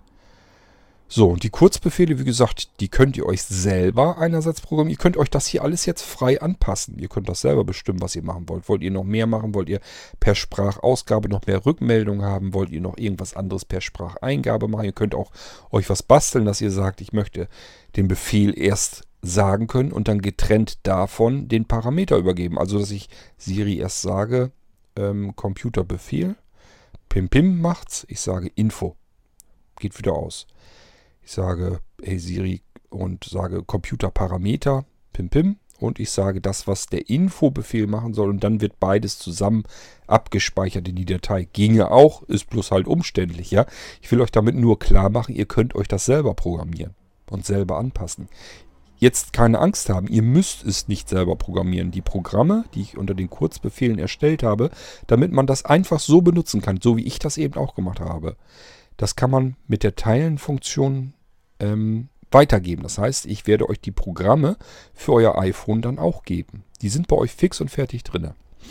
So, und die Kurzbefehle, wie gesagt, die könnt ihr euch selber einerseits programmieren. Ihr könnt euch das hier alles jetzt frei anpassen. Ihr könnt das selber bestimmen, was ihr machen wollt. Wollt ihr noch mehr machen? Wollt ihr per Sprachausgabe noch mehr Rückmeldungen haben? Wollt ihr noch irgendwas anderes per Spracheingabe machen? Ihr könnt auch euch was basteln, dass ihr sagt, ich möchte den Befehl erst sagen können und dann getrennt davon den Parameter übergeben. Also, dass ich Siri erst sage, ähm, Computerbefehl, Pim Pim macht's. Ich sage Info. Geht wieder aus. Ich sage, hey Siri, und sage Computerparameter, Pim Pim, und ich sage das, was der Infobefehl machen soll, und dann wird beides zusammen abgespeichert in die Datei. Ginge auch, ist bloß halt umständlich, ja. Ich will euch damit nur klar machen, ihr könnt euch das selber programmieren und selber anpassen. Jetzt keine Angst haben, ihr müsst es nicht selber programmieren. Die Programme, die ich unter den Kurzbefehlen erstellt habe, damit man das einfach so benutzen kann, so wie ich das eben auch gemacht habe. Das kann man mit der Teilen-Funktion ähm, weitergeben. Das heißt, ich werde euch die Programme für euer iPhone dann auch geben. Die sind bei euch fix und fertig drin.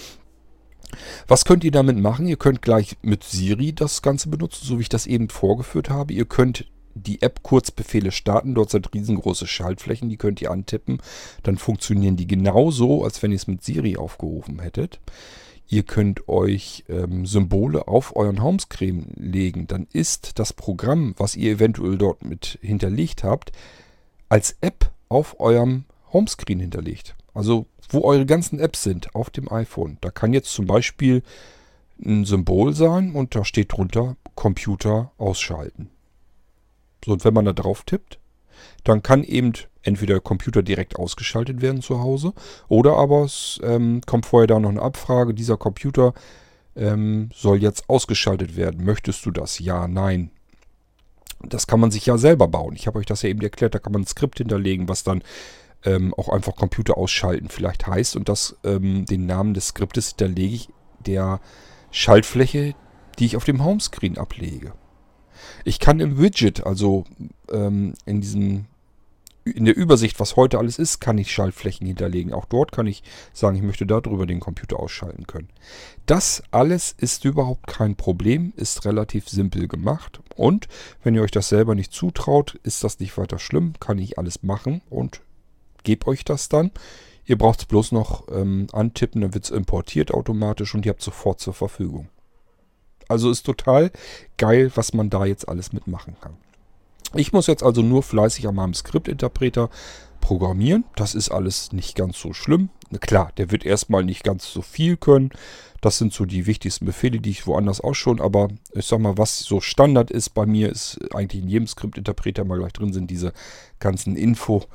Was könnt ihr damit machen? Ihr könnt gleich mit Siri das Ganze benutzen, so wie ich das eben vorgeführt habe. Ihr könnt die App Kurzbefehle starten. Dort sind riesengroße Schaltflächen, die könnt ihr antippen. Dann funktionieren die genauso, als wenn ihr es mit Siri aufgerufen hättet. Ihr könnt euch ähm, Symbole auf euren Homescreen legen. Dann ist das Programm, was ihr eventuell dort mit hinterlegt habt, als App auf eurem Homescreen hinterlegt. Also wo eure ganzen Apps sind auf dem iPhone. Da kann jetzt zum Beispiel ein Symbol sein und da steht drunter Computer ausschalten. So, und wenn man da drauf tippt, dann kann eben entweder der Computer direkt ausgeschaltet werden zu Hause oder aber es ähm, kommt vorher da noch eine Abfrage, dieser Computer ähm, soll jetzt ausgeschaltet werden. Möchtest du das? Ja, nein. Das kann man sich ja selber bauen. Ich habe euch das ja eben erklärt, da kann man ein Skript hinterlegen, was dann ähm, auch einfach Computer ausschalten vielleicht heißt, und das ähm, den Namen des Skriptes hinterlege ich der Schaltfläche, die ich auf dem Homescreen ablege. Ich kann im Widget, also ähm, in diesem in der Übersicht, was heute alles ist, kann ich Schaltflächen hinterlegen. Auch dort kann ich sagen, ich möchte darüber den Computer ausschalten können. Das alles ist überhaupt kein Problem, ist relativ simpel gemacht. Und wenn ihr euch das selber nicht zutraut, ist das nicht weiter schlimm, kann ich alles machen und gebe euch das dann. Ihr braucht es bloß noch ähm, antippen, dann wird es importiert automatisch und ihr habt es sofort zur Verfügung. Also ist total geil, was man da jetzt alles mitmachen kann. Ich muss jetzt also nur fleißig an meinem Skriptinterpreter programmieren. Das ist alles nicht ganz so schlimm. Klar, der wird erstmal nicht ganz so viel können. Das sind so die wichtigsten Befehle, die ich woanders auch schon. Aber ich sag mal, was so Standard ist bei mir, ist eigentlich in jedem Skriptinterpreter mal gleich drin sind diese ganzen Info,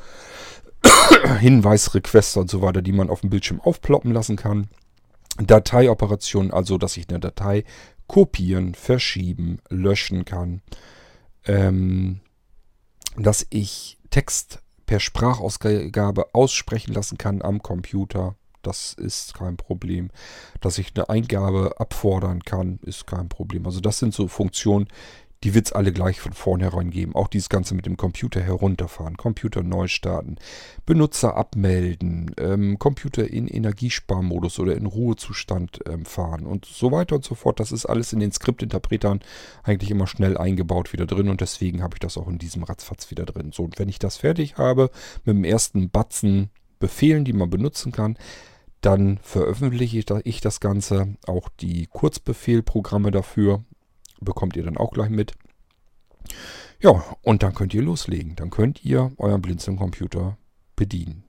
Hinweisrequester und so weiter, die man auf dem Bildschirm aufploppen lassen kann. Dateioperationen, also dass ich eine Datei kopieren, verschieben, löschen kann. Ähm, dass ich Text per Sprachausgabe aussprechen lassen kann am Computer. Das ist kein Problem. Dass ich eine Eingabe abfordern kann, ist kein Problem. Also das sind so Funktionen, die wird es alle gleich von vornherein geben. Auch dieses Ganze mit dem Computer herunterfahren, Computer neu starten, Benutzer abmelden, ähm, Computer in Energiesparmodus oder in Ruhezustand ähm, fahren und so weiter und so fort. Das ist alles in den Skriptinterpretern eigentlich immer schnell eingebaut wieder drin und deswegen habe ich das auch in diesem Ratzfatz wieder drin. So, und wenn ich das fertig habe mit dem ersten Batzen Befehlen, die man benutzen kann, dann veröffentliche ich das Ganze, auch die Kurzbefehlprogramme dafür. Bekommt ihr dann auch gleich mit. Ja, und dann könnt ihr loslegen. Dann könnt ihr euren Blinzeln-Computer bedienen.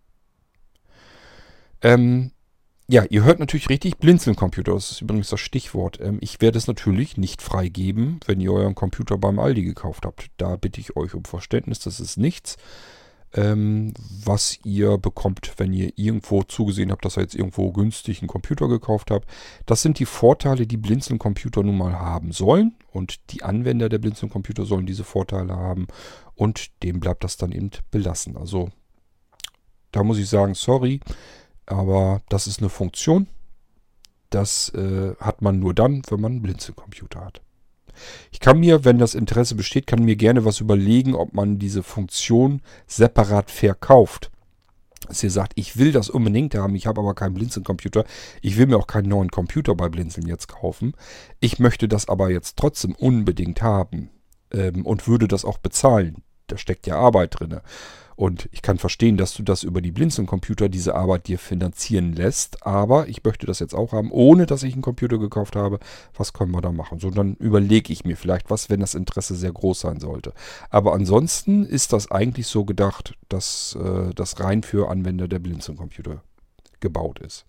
Ähm, ja, ihr hört natürlich richtig, Blinzeln-Computer, das ist übrigens das Stichwort. Ähm, ich werde es natürlich nicht freigeben, wenn ihr euren Computer beim Aldi gekauft habt. Da bitte ich euch um Verständnis, das ist nichts, ähm, was ihr bekommt, wenn ihr irgendwo zugesehen habt, dass ihr jetzt irgendwo günstig einen Computer gekauft habt. Das sind die Vorteile, die Blinzeln-Computer nun mal haben sollen. Und die Anwender der Blinzeln-Computer sollen diese Vorteile haben. Und dem bleibt das dann eben belassen. Also da muss ich sagen, sorry, aber das ist eine Funktion. Das äh, hat man nur dann, wenn man einen Blinzeln-Computer hat. Ich kann mir, wenn das Interesse besteht, kann mir gerne was überlegen, ob man diese Funktion separat verkauft. Dass ihr sagt, ich will das unbedingt haben, ich habe aber keinen Blinzeln-Computer. Ich will mir auch keinen neuen Computer bei Blinzeln jetzt kaufen. Ich möchte das aber jetzt trotzdem unbedingt haben ähm, und würde das auch bezahlen. Da steckt ja Arbeit drin. Und ich kann verstehen, dass du das über die Blinzeln-Computer diese Arbeit dir finanzieren lässt. Aber ich möchte das jetzt auch haben, ohne dass ich einen Computer gekauft habe. Was können wir da machen? So, dann überlege ich mir vielleicht was, wenn das Interesse sehr groß sein sollte. Aber ansonsten ist das eigentlich so gedacht, dass äh, das rein für Anwender der Blinzeln-Computer gebaut ist.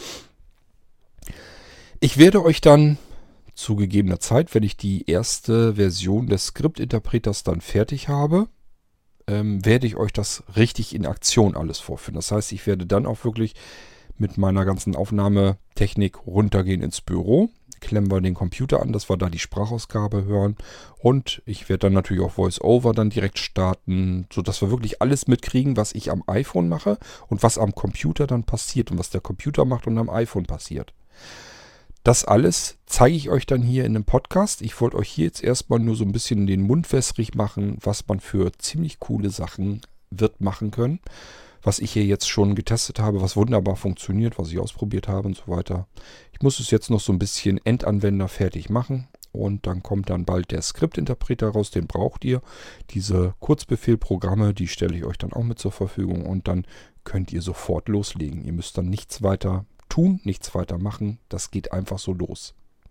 Ich werde euch dann zu gegebener Zeit, wenn ich die erste Version des Skriptinterpreters dann fertig habe, Ähm, werde ich euch das richtig in Aktion alles vorführen. Das heißt, ich werde dann auch wirklich mit meiner ganzen Aufnahmetechnik runtergehen ins Büro, klemmen wir den Computer an, dass wir da die Sprachausgabe hören und ich werde dann natürlich auch VoiceOver dann direkt starten, sodass wir wirklich alles mitkriegen, was ich am iPhone mache und was am Computer dann passiert und was der Computer macht und am iPhone passiert. Das alles zeige ich euch dann hier in einem Podcast. Ich wollte euch hier jetzt erstmal nur so ein bisschen den Mund wässrig machen, was man für ziemlich coole Sachen wird machen können. Was ich hier jetzt schon getestet habe, was wunderbar funktioniert, was ich ausprobiert habe und so weiter. Ich muss es jetzt noch so ein bisschen Endanwender fertig machen. Und dann kommt dann bald der Skriptinterpreter raus, den braucht ihr. Diese Kurzbefehlprogramme, die stelle ich euch dann auch mit zur Verfügung. Und dann könnt ihr sofort loslegen. Ihr müsst dann nichts weiter tun, nichts weiter machen. Das geht einfach so los.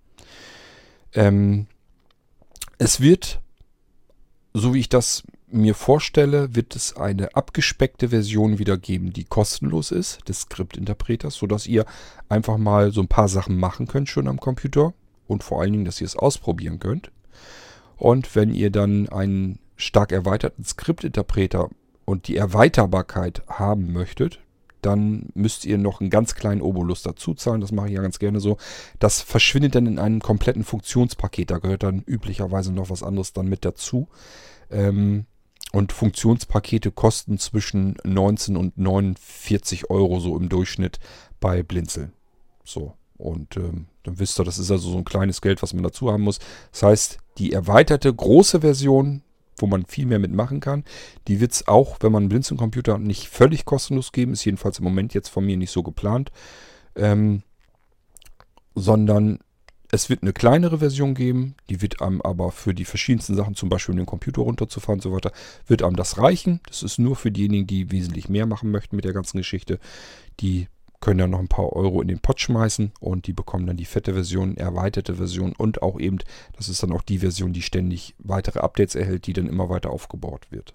Ähm, es wird, so wie ich das mir vorstelle, wird es eine abgespeckte Version wieder geben, die kostenlos ist, des Skriptinterpreters, sodass ihr einfach mal so ein paar Sachen machen könnt schon am Computer und vor allen Dingen, dass ihr es ausprobieren könnt. Und wenn ihr dann einen stark erweiterten Skriptinterpreter und die Erweiterbarkeit haben möchtet, dann müsst ihr noch einen ganz kleinen Obolus dazu zahlen. Das mache ich ja ganz gerne so. Das verschwindet dann in einem kompletten Funktionspaket. Da gehört dann üblicherweise noch was anderes dann mit dazu. Ähm, und Funktionspakete kosten zwischen neunzehn und neunundvierzig Euro so im Durchschnitt bei Blinzeln. So, und ähm, dann wisst ihr, das ist also so ein kleines Geld, was man dazu haben muss. Das heißt, die erweiterte große Version, wo man viel mehr mitmachen kann. Die wird es auch, wenn man einen Blinzeln-Computer nicht völlig kostenlos geben, ist jedenfalls im Moment jetzt von mir nicht so geplant, ähm, sondern es wird eine kleinere Version geben, die wird einem aber für die verschiedensten Sachen, zum Beispiel um den Computer runterzufahren und so weiter, wird einem das reichen. Das ist nur für diejenigen, die wesentlich mehr machen möchten mit der ganzen Geschichte. Die können dann noch ein paar Euro in den Pott schmeißen und die bekommen dann die fette Version, erweiterte Version und auch eben, das ist dann auch die Version, die ständig weitere Updates erhält, die dann immer weiter aufgebaut wird.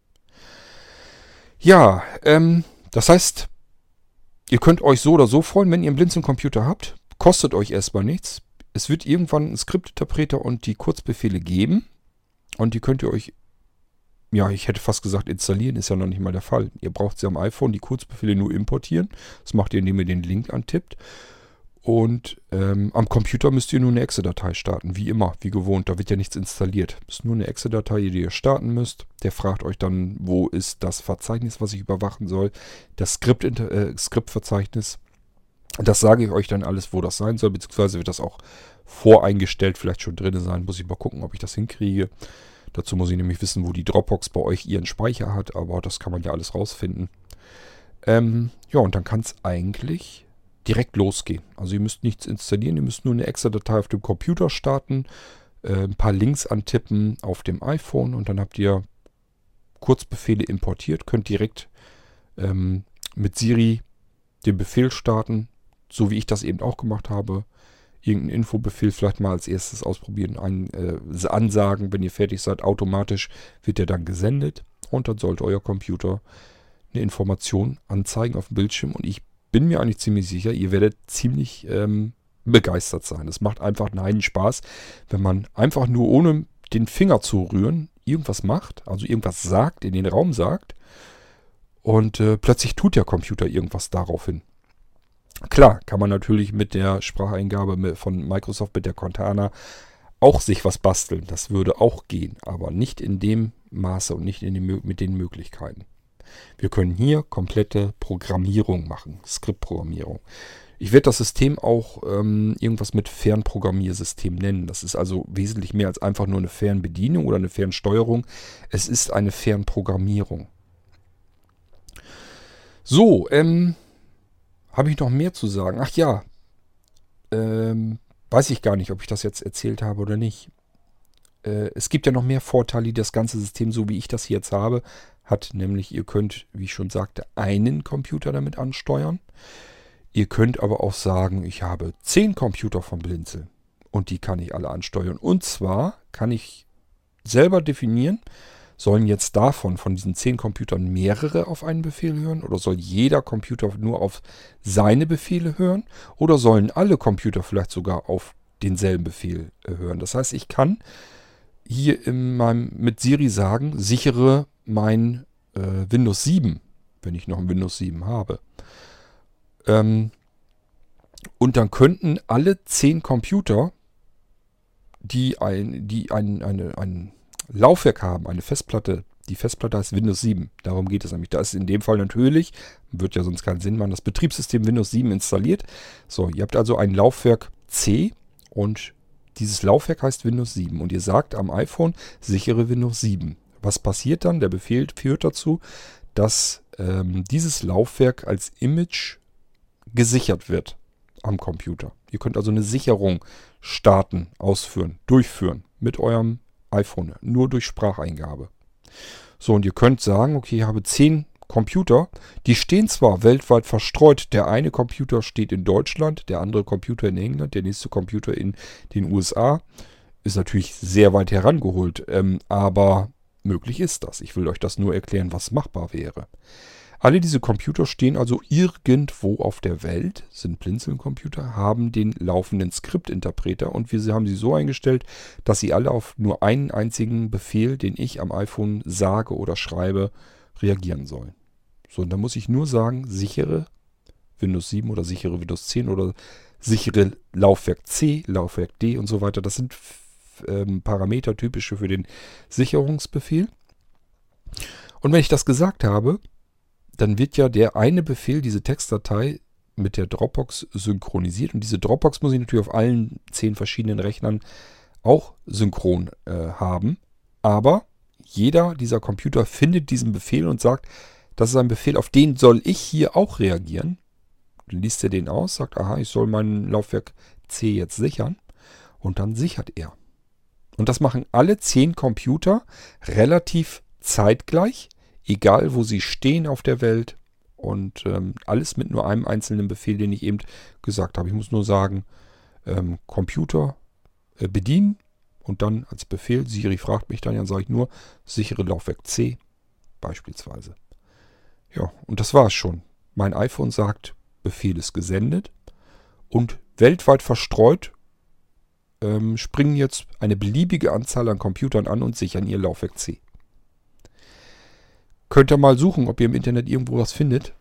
Ja, ähm, das heißt, ihr könnt euch so oder so freuen, wenn ihr einen Blinzeln-Computer habt, kostet euch erstmal nichts. Es wird irgendwann einen Skriptinterpreter und die Kurzbefehle geben und die könnt ihr euch, ja, ich hätte fast gesagt, installieren ist ja noch nicht mal der Fall. Ihr braucht sie am iPhone, die Kurzbefehle nur importieren. Das macht ihr, indem ihr den Link antippt. Und ähm, am Computer müsst ihr nur eine Exe-Datei starten, wie immer, wie gewohnt. Da wird ja nichts installiert. Es ist nur eine Exe-Datei, die ihr starten müsst. Der fragt euch dann, wo ist das Verzeichnis, was ich überwachen soll. Das Skript, äh, Skriptverzeichnis. Das sage ich euch dann alles, wo das sein soll. Beziehungsweise wird das auch voreingestellt vielleicht schon drin sein. Muss ich mal gucken, ob ich das hinkriege. Dazu muss ich nämlich wissen, wo die Dropbox bei euch ihren Speicher hat. Aber das kann man ja alles rausfinden. Ähm, ja, und dann kann es eigentlich direkt losgehen. Also ihr müsst nichts installieren, ihr müsst nur eine Exe-Datei auf dem Computer starten, äh, ein paar Links antippen auf dem iPhone und dann habt ihr Kurzbefehle importiert, könnt direkt ähm, mit Siri den Befehl starten, so wie ich das eben auch gemacht habe. Irgendeinen Infobefehl vielleicht mal als erstes ausprobieren, ein, äh, ansagen, wenn ihr fertig seid, automatisch wird der dann gesendet und dann sollte euer Computer eine Information anzeigen auf dem Bildschirm und ich bin mir eigentlich ziemlich sicher, ihr werdet ziemlich ähm, begeistert sein. Es macht einfach einen Spaß, wenn man einfach nur ohne den Finger zu rühren irgendwas macht, also irgendwas sagt, in den Raum sagt und äh, plötzlich tut der Computer irgendwas daraufhin. Klar, kann man natürlich mit der Spracheingabe von Microsoft, mit der Cortana, auch sich was basteln. Das würde auch gehen, aber nicht in dem Maße und nicht in den, mit den Möglichkeiten. Wir können hier komplette Programmierung machen, Skriptprogrammierung. Ich werde das System auch ähm, irgendwas mit Fernprogrammiersystem nennen. Das ist also wesentlich mehr als einfach nur eine Fernbedienung oder eine Fernsteuerung. Es ist eine Fernprogrammierung. So, ähm, habe ich noch mehr zu sagen? Ach ja, ähm, weiß ich gar nicht, ob ich das jetzt erzählt habe oder nicht. Äh, es gibt ja noch mehr Vorteile, die das ganze System, so wie ich das hier jetzt habe, hat. Nämlich, ihr könnt, wie ich schon sagte, einen Computer damit ansteuern. Ihr könnt aber auch sagen, ich habe zehn Computer von Blinzeln und die kann ich alle ansteuern. Und zwar kann ich selber definieren, sollen jetzt davon, von diesen zehn Computern mehrere auf einen Befehl hören oder soll jeder Computer nur auf seine Befehle hören oder sollen alle Computer vielleicht sogar auf denselben Befehl äh, hören. Das heißt, ich kann hier in meinem, mit Siri sagen, sichere mein äh, Windows sieben, wenn ich noch ein Windows sieben habe. Ähm, und dann könnten alle zehn Computer, die ein, die ein, eine, ein Laufwerk haben, eine Festplatte, die Festplatte heißt Windows sieben. Darum geht es nämlich. Da ist in dem Fall natürlich, wird ja sonst keinen Sinn machen, das Betriebssystem Windows sieben installiert. So, ihr habt also ein Laufwerk C und dieses Laufwerk heißt Windows sieben. Und ihr sagt am iPhone, sichere Windows sieben. Was passiert dann? Der Befehl führt dazu, dass ähm, dieses Laufwerk als Image gesichert wird am Computer. Ihr könnt also eine Sicherung starten, ausführen, durchführen mit eurem iPhone, nur durch Spracheingabe. So, und ihr könnt sagen, okay, ich habe zehn Computer, die stehen zwar weltweit verstreut, der eine Computer steht in Deutschland, der andere Computer in England, der nächste Computer in den U S A, ist natürlich sehr weit herangeholt, ähm, aber möglich ist das. Ich will euch das nur erklären, was machbar wäre. Alle diese Computer stehen also irgendwo auf der Welt, sind Blinzeln-Computer, haben den laufenden Skriptinterpreter und wir haben sie so eingestellt, dass sie alle auf nur einen einzigen Befehl, den ich am iPhone sage oder schreibe, reagieren sollen. So, und da muss ich nur sagen, sichere Windows sieben oder sichere Windows zehn oder sichere Laufwerk C, Laufwerk D und so weiter. Das sind ähm, Parameter typische für den Sicherungsbefehl. Und wenn ich das gesagt habe, dann wird ja der eine Befehl, diese Textdatei, mit der Dropbox synchronisiert. Und diese Dropbox muss ich natürlich auf allen zehn verschiedenen Rechnern auch synchron äh, haben. Aber jeder dieser Computer findet diesen Befehl und sagt, das ist ein Befehl, auf den soll ich hier auch reagieren. Dann liest er den aus, sagt, aha, ich soll mein Laufwerk C jetzt sichern. Und dann sichert er. Und das machen alle zehn Computer relativ zeitgleich. Egal, wo sie stehen auf der Welt und ähm, alles mit nur einem einzelnen Befehl, den ich eben gesagt habe. Ich muss nur sagen, ähm, Computer äh, bedienen und dann als Befehl, Siri fragt mich dann, dann sage ich nur, sichere Laufwerk C beispielsweise. Ja, und das war es schon. Mein iPhone sagt, Befehl ist gesendet und weltweit verstreut ähm, springen jetzt eine beliebige Anzahl an Computern an und sichern ihr Laufwerk C. Könnt ihr mal suchen, ob ihr im Internet irgendwo was findet,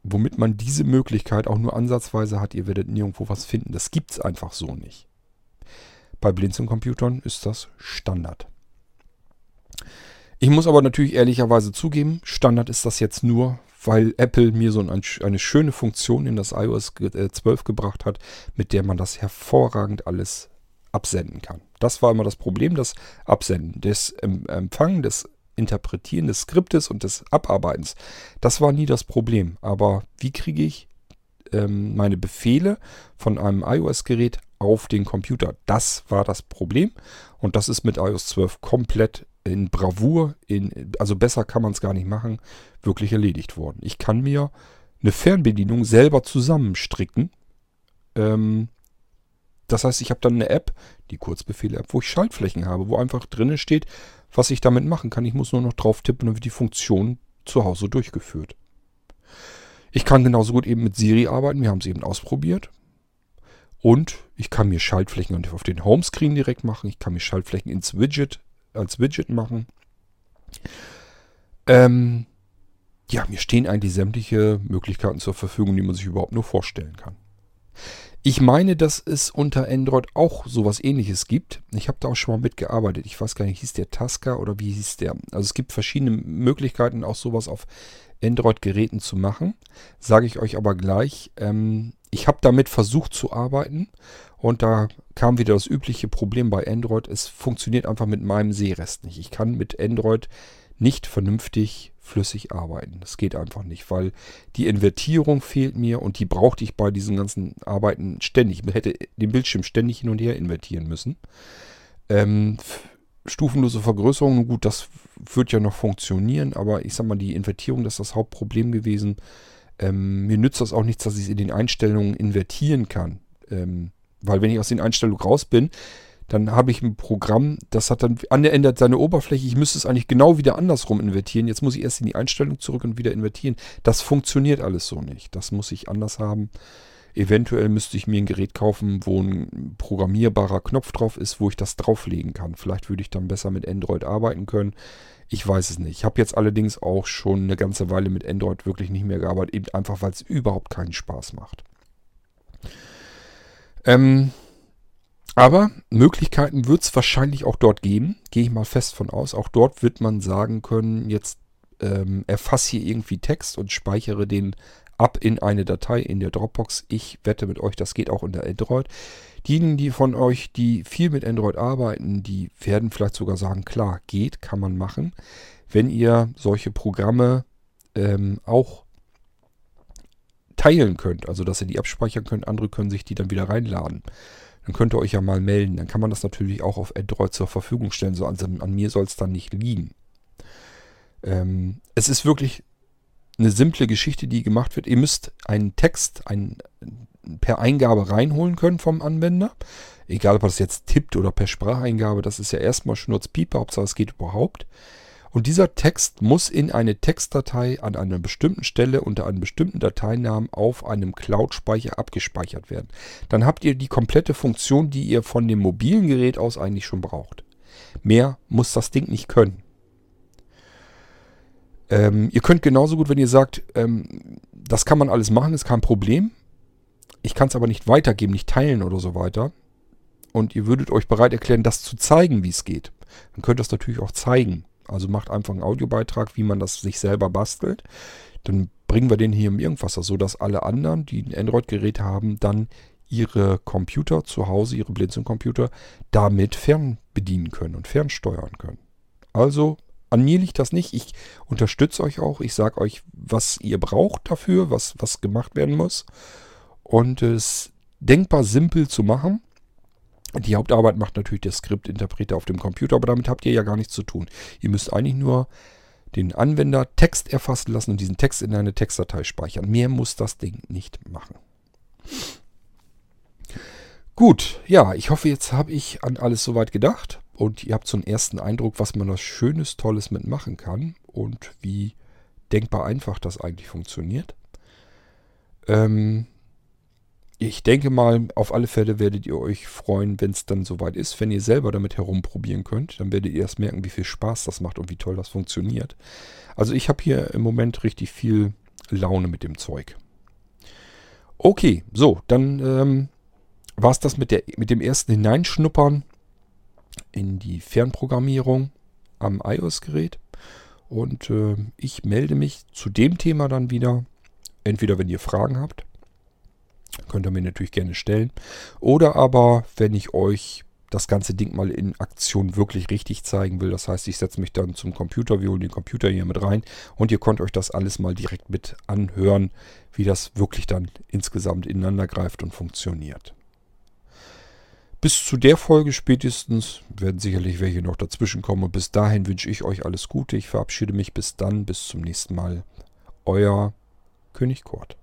womit man diese Möglichkeit auch nur ansatzweise hat. Ihr werdet nirgendwo was finden. Das gibt es einfach so nicht. Bei Blinzeln-Computern ist das Standard. Ich muss aber natürlich ehrlicherweise zugeben, Standard ist das jetzt nur, weil Apple mir so ein, eine schöne Funktion in das i O S zwölf gebracht hat, mit der man das hervorragend alles absenden kann. Das war immer das Problem, das Absenden, das Empfangen, das Interpretieren des Skriptes und des Abarbeitens. Das war nie das Problem. Aber wie kriege ich ähm, meine Befehle von einem iOS-Gerät auf den Computer? Das war das Problem. Und das ist mit i O S zwölf komplett in Bravour, in, also besser kann man es gar nicht machen, wirklich erledigt worden. Ich kann mir eine Fernbedienung selber zusammenstricken. Ähm, das heißt, ich habe dann eine App, die Kurzbefehle-App, wo ich Schaltflächen habe, wo einfach drinnen steht, was ich damit machen kann. Ich muss nur noch drauf tippen und dann wird die Funktion zu Hause durchgeführt. Ich kann genauso gut eben mit Siri arbeiten. Wir haben es eben ausprobiert. Und ich kann mir Schaltflächen auf den Homescreen direkt machen. Ich kann mir Schaltflächen ins Widget, als Widget machen. Ähm, ja, mir stehen eigentlich sämtliche Möglichkeiten zur Verfügung, die man sich überhaupt nur vorstellen kann. Ich meine, dass es unter Android auch sowas Ähnliches gibt. Ich habe da auch schon mal mitgearbeitet. Ich weiß gar nicht, hieß der Tasker oder wie hieß der? Also es gibt verschiedene Möglichkeiten, auch sowas auf Android-Geräten zu machen. Sage ich euch aber gleich. Ähm, ich habe damit versucht zu arbeiten und da kam wieder das übliche Problem bei Android. Es funktioniert einfach mit meinem Sehrest nicht. Ich kann mit Android nicht vernünftig flüssig arbeiten. Das geht einfach nicht, weil die Invertierung fehlt mir und die brauchte ich bei diesen ganzen Arbeiten ständig. Ich hätte den Bildschirm ständig hin und her invertieren müssen. Ähm, stufenlose Vergrößerung, gut, das wird ja noch funktionieren, aber ich sag mal, die Invertierung, das ist das Hauptproblem gewesen. Ähm, mir nützt das auch nichts, dass ich es in den Einstellungen invertieren kann. Ähm, weil wenn ich aus den Einstellungen raus bin, dann habe ich ein Programm, das hat dann ändert seine Oberfläche. Ich müsste es eigentlich genau wieder andersrum invertieren. Jetzt muss ich erst in die Einstellung zurück und wieder invertieren. Das funktioniert alles so nicht. Das muss ich anders haben. Eventuell müsste ich mir ein Gerät kaufen, wo ein programmierbarer Knopf drauf ist, wo ich das drauflegen kann. Vielleicht würde ich dann besser mit Android arbeiten können. Ich weiß es nicht. Ich habe jetzt allerdings auch schon eine ganze Weile mit Android wirklich nicht mehr gearbeitet. Eben einfach, weil es überhaupt keinen Spaß macht. Ähm... Aber Möglichkeiten wird es wahrscheinlich auch dort geben, gehe ich mal fest von aus. Auch dort wird man sagen können, jetzt ähm, erfasse hier irgendwie Text und speichere den ab in eine Datei in der Dropbox. Ich wette mit euch, das geht auch unter Android. Diejenigen, die von euch, die viel mit Android arbeiten, die werden vielleicht sogar sagen, klar, geht, kann man machen. Wenn ihr solche Programme ähm, auch teilen könnt, also dass ihr die abspeichern könnt, andere können sich die dann wieder reinladen. Dann könnt ihr euch ja mal melden. Dann kann man das natürlich auch auf Android zur Verfügung stellen. So an, an mir soll es dann nicht liegen. Ähm, es ist wirklich eine simple Geschichte, die gemacht wird. Ihr müsst einen Text ein, per Eingabe reinholen können vom Anwender. Egal, ob er das jetzt tippt oder per Spracheingabe. Das ist ja erstmal Schnurzpieper. Hauptsache es geht überhaupt. Und dieser Text muss in eine Textdatei an einer bestimmten Stelle unter einem bestimmten Dateinamen auf einem Cloud-Speicher abgespeichert werden. Dann habt ihr die komplette Funktion, die ihr von dem mobilen Gerät aus eigentlich schon braucht. Mehr muss das Ding nicht können. Ähm, ihr könnt genauso gut, wenn ihr sagt, ähm, das kann man alles machen, ist kein Problem. Ich kann es aber nicht weitergeben, nicht teilen oder so weiter. Und ihr würdet euch bereit erklären, das zu zeigen, wie es geht. Dann könnt ihr das natürlich auch zeigen. Also macht einfach einen Audiobeitrag, wie man das sich selber bastelt. Dann bringen wir den hier im Irgendwasser, sodass alle anderen, die ein Android-Gerät haben, dann ihre Computer zu Hause, ihre Blinzeln-Computer, damit fernbedienen können und fernsteuern können. Also an mir liegt das nicht. Ich unterstütze euch auch. Ich sage euch, was ihr braucht dafür, was, was gemacht werden muss. Und es ist denkbar simpel zu machen. Die Hauptarbeit macht natürlich der Skriptinterpreter auf dem Computer, aber damit habt ihr ja gar nichts zu tun. Ihr müsst eigentlich nur den Anwender Text erfassen lassen und diesen Text in eine Textdatei speichern. Mehr muss das Ding nicht machen. Gut, ja, ich hoffe, jetzt habe ich an alles soweit gedacht und ihr habt so einen ersten Eindruck, was man da Schönes, Tolles mitmachen kann und wie denkbar einfach das eigentlich funktioniert. Ähm... Ich denke mal, auf alle Fälle werdet ihr euch freuen, wenn es dann soweit ist. Wenn ihr selber damit herumprobieren könnt, dann werdet ihr erst merken, wie viel Spaß das macht und wie toll das funktioniert. Also ich habe hier im Moment richtig viel Laune mit dem Zeug. Okay, so, dann ähm, war es das mit, der, mit dem ersten Hineinschnuppern in die Fernprogrammierung am iOS-Gerät. Und äh, ich melde mich zu dem Thema dann wieder. Entweder wenn ihr Fragen habt, könnt ihr mir natürlich gerne stellen. Oder aber, wenn ich euch das ganze Ding mal in Aktion wirklich richtig zeigen will. Das heißt, ich setze mich dann zum Computer, wir holen den Computer hier mit rein und ihr könnt euch das alles mal direkt mit anhören, wie das wirklich dann insgesamt ineinander greift und funktioniert. Bis zu der Folge spätestens werden sicherlich welche noch dazwischen kommen. Und bis dahin wünsche ich euch alles Gute. Ich verabschiede mich bis dann. Bis zum nächsten Mal. Euer König Kurt.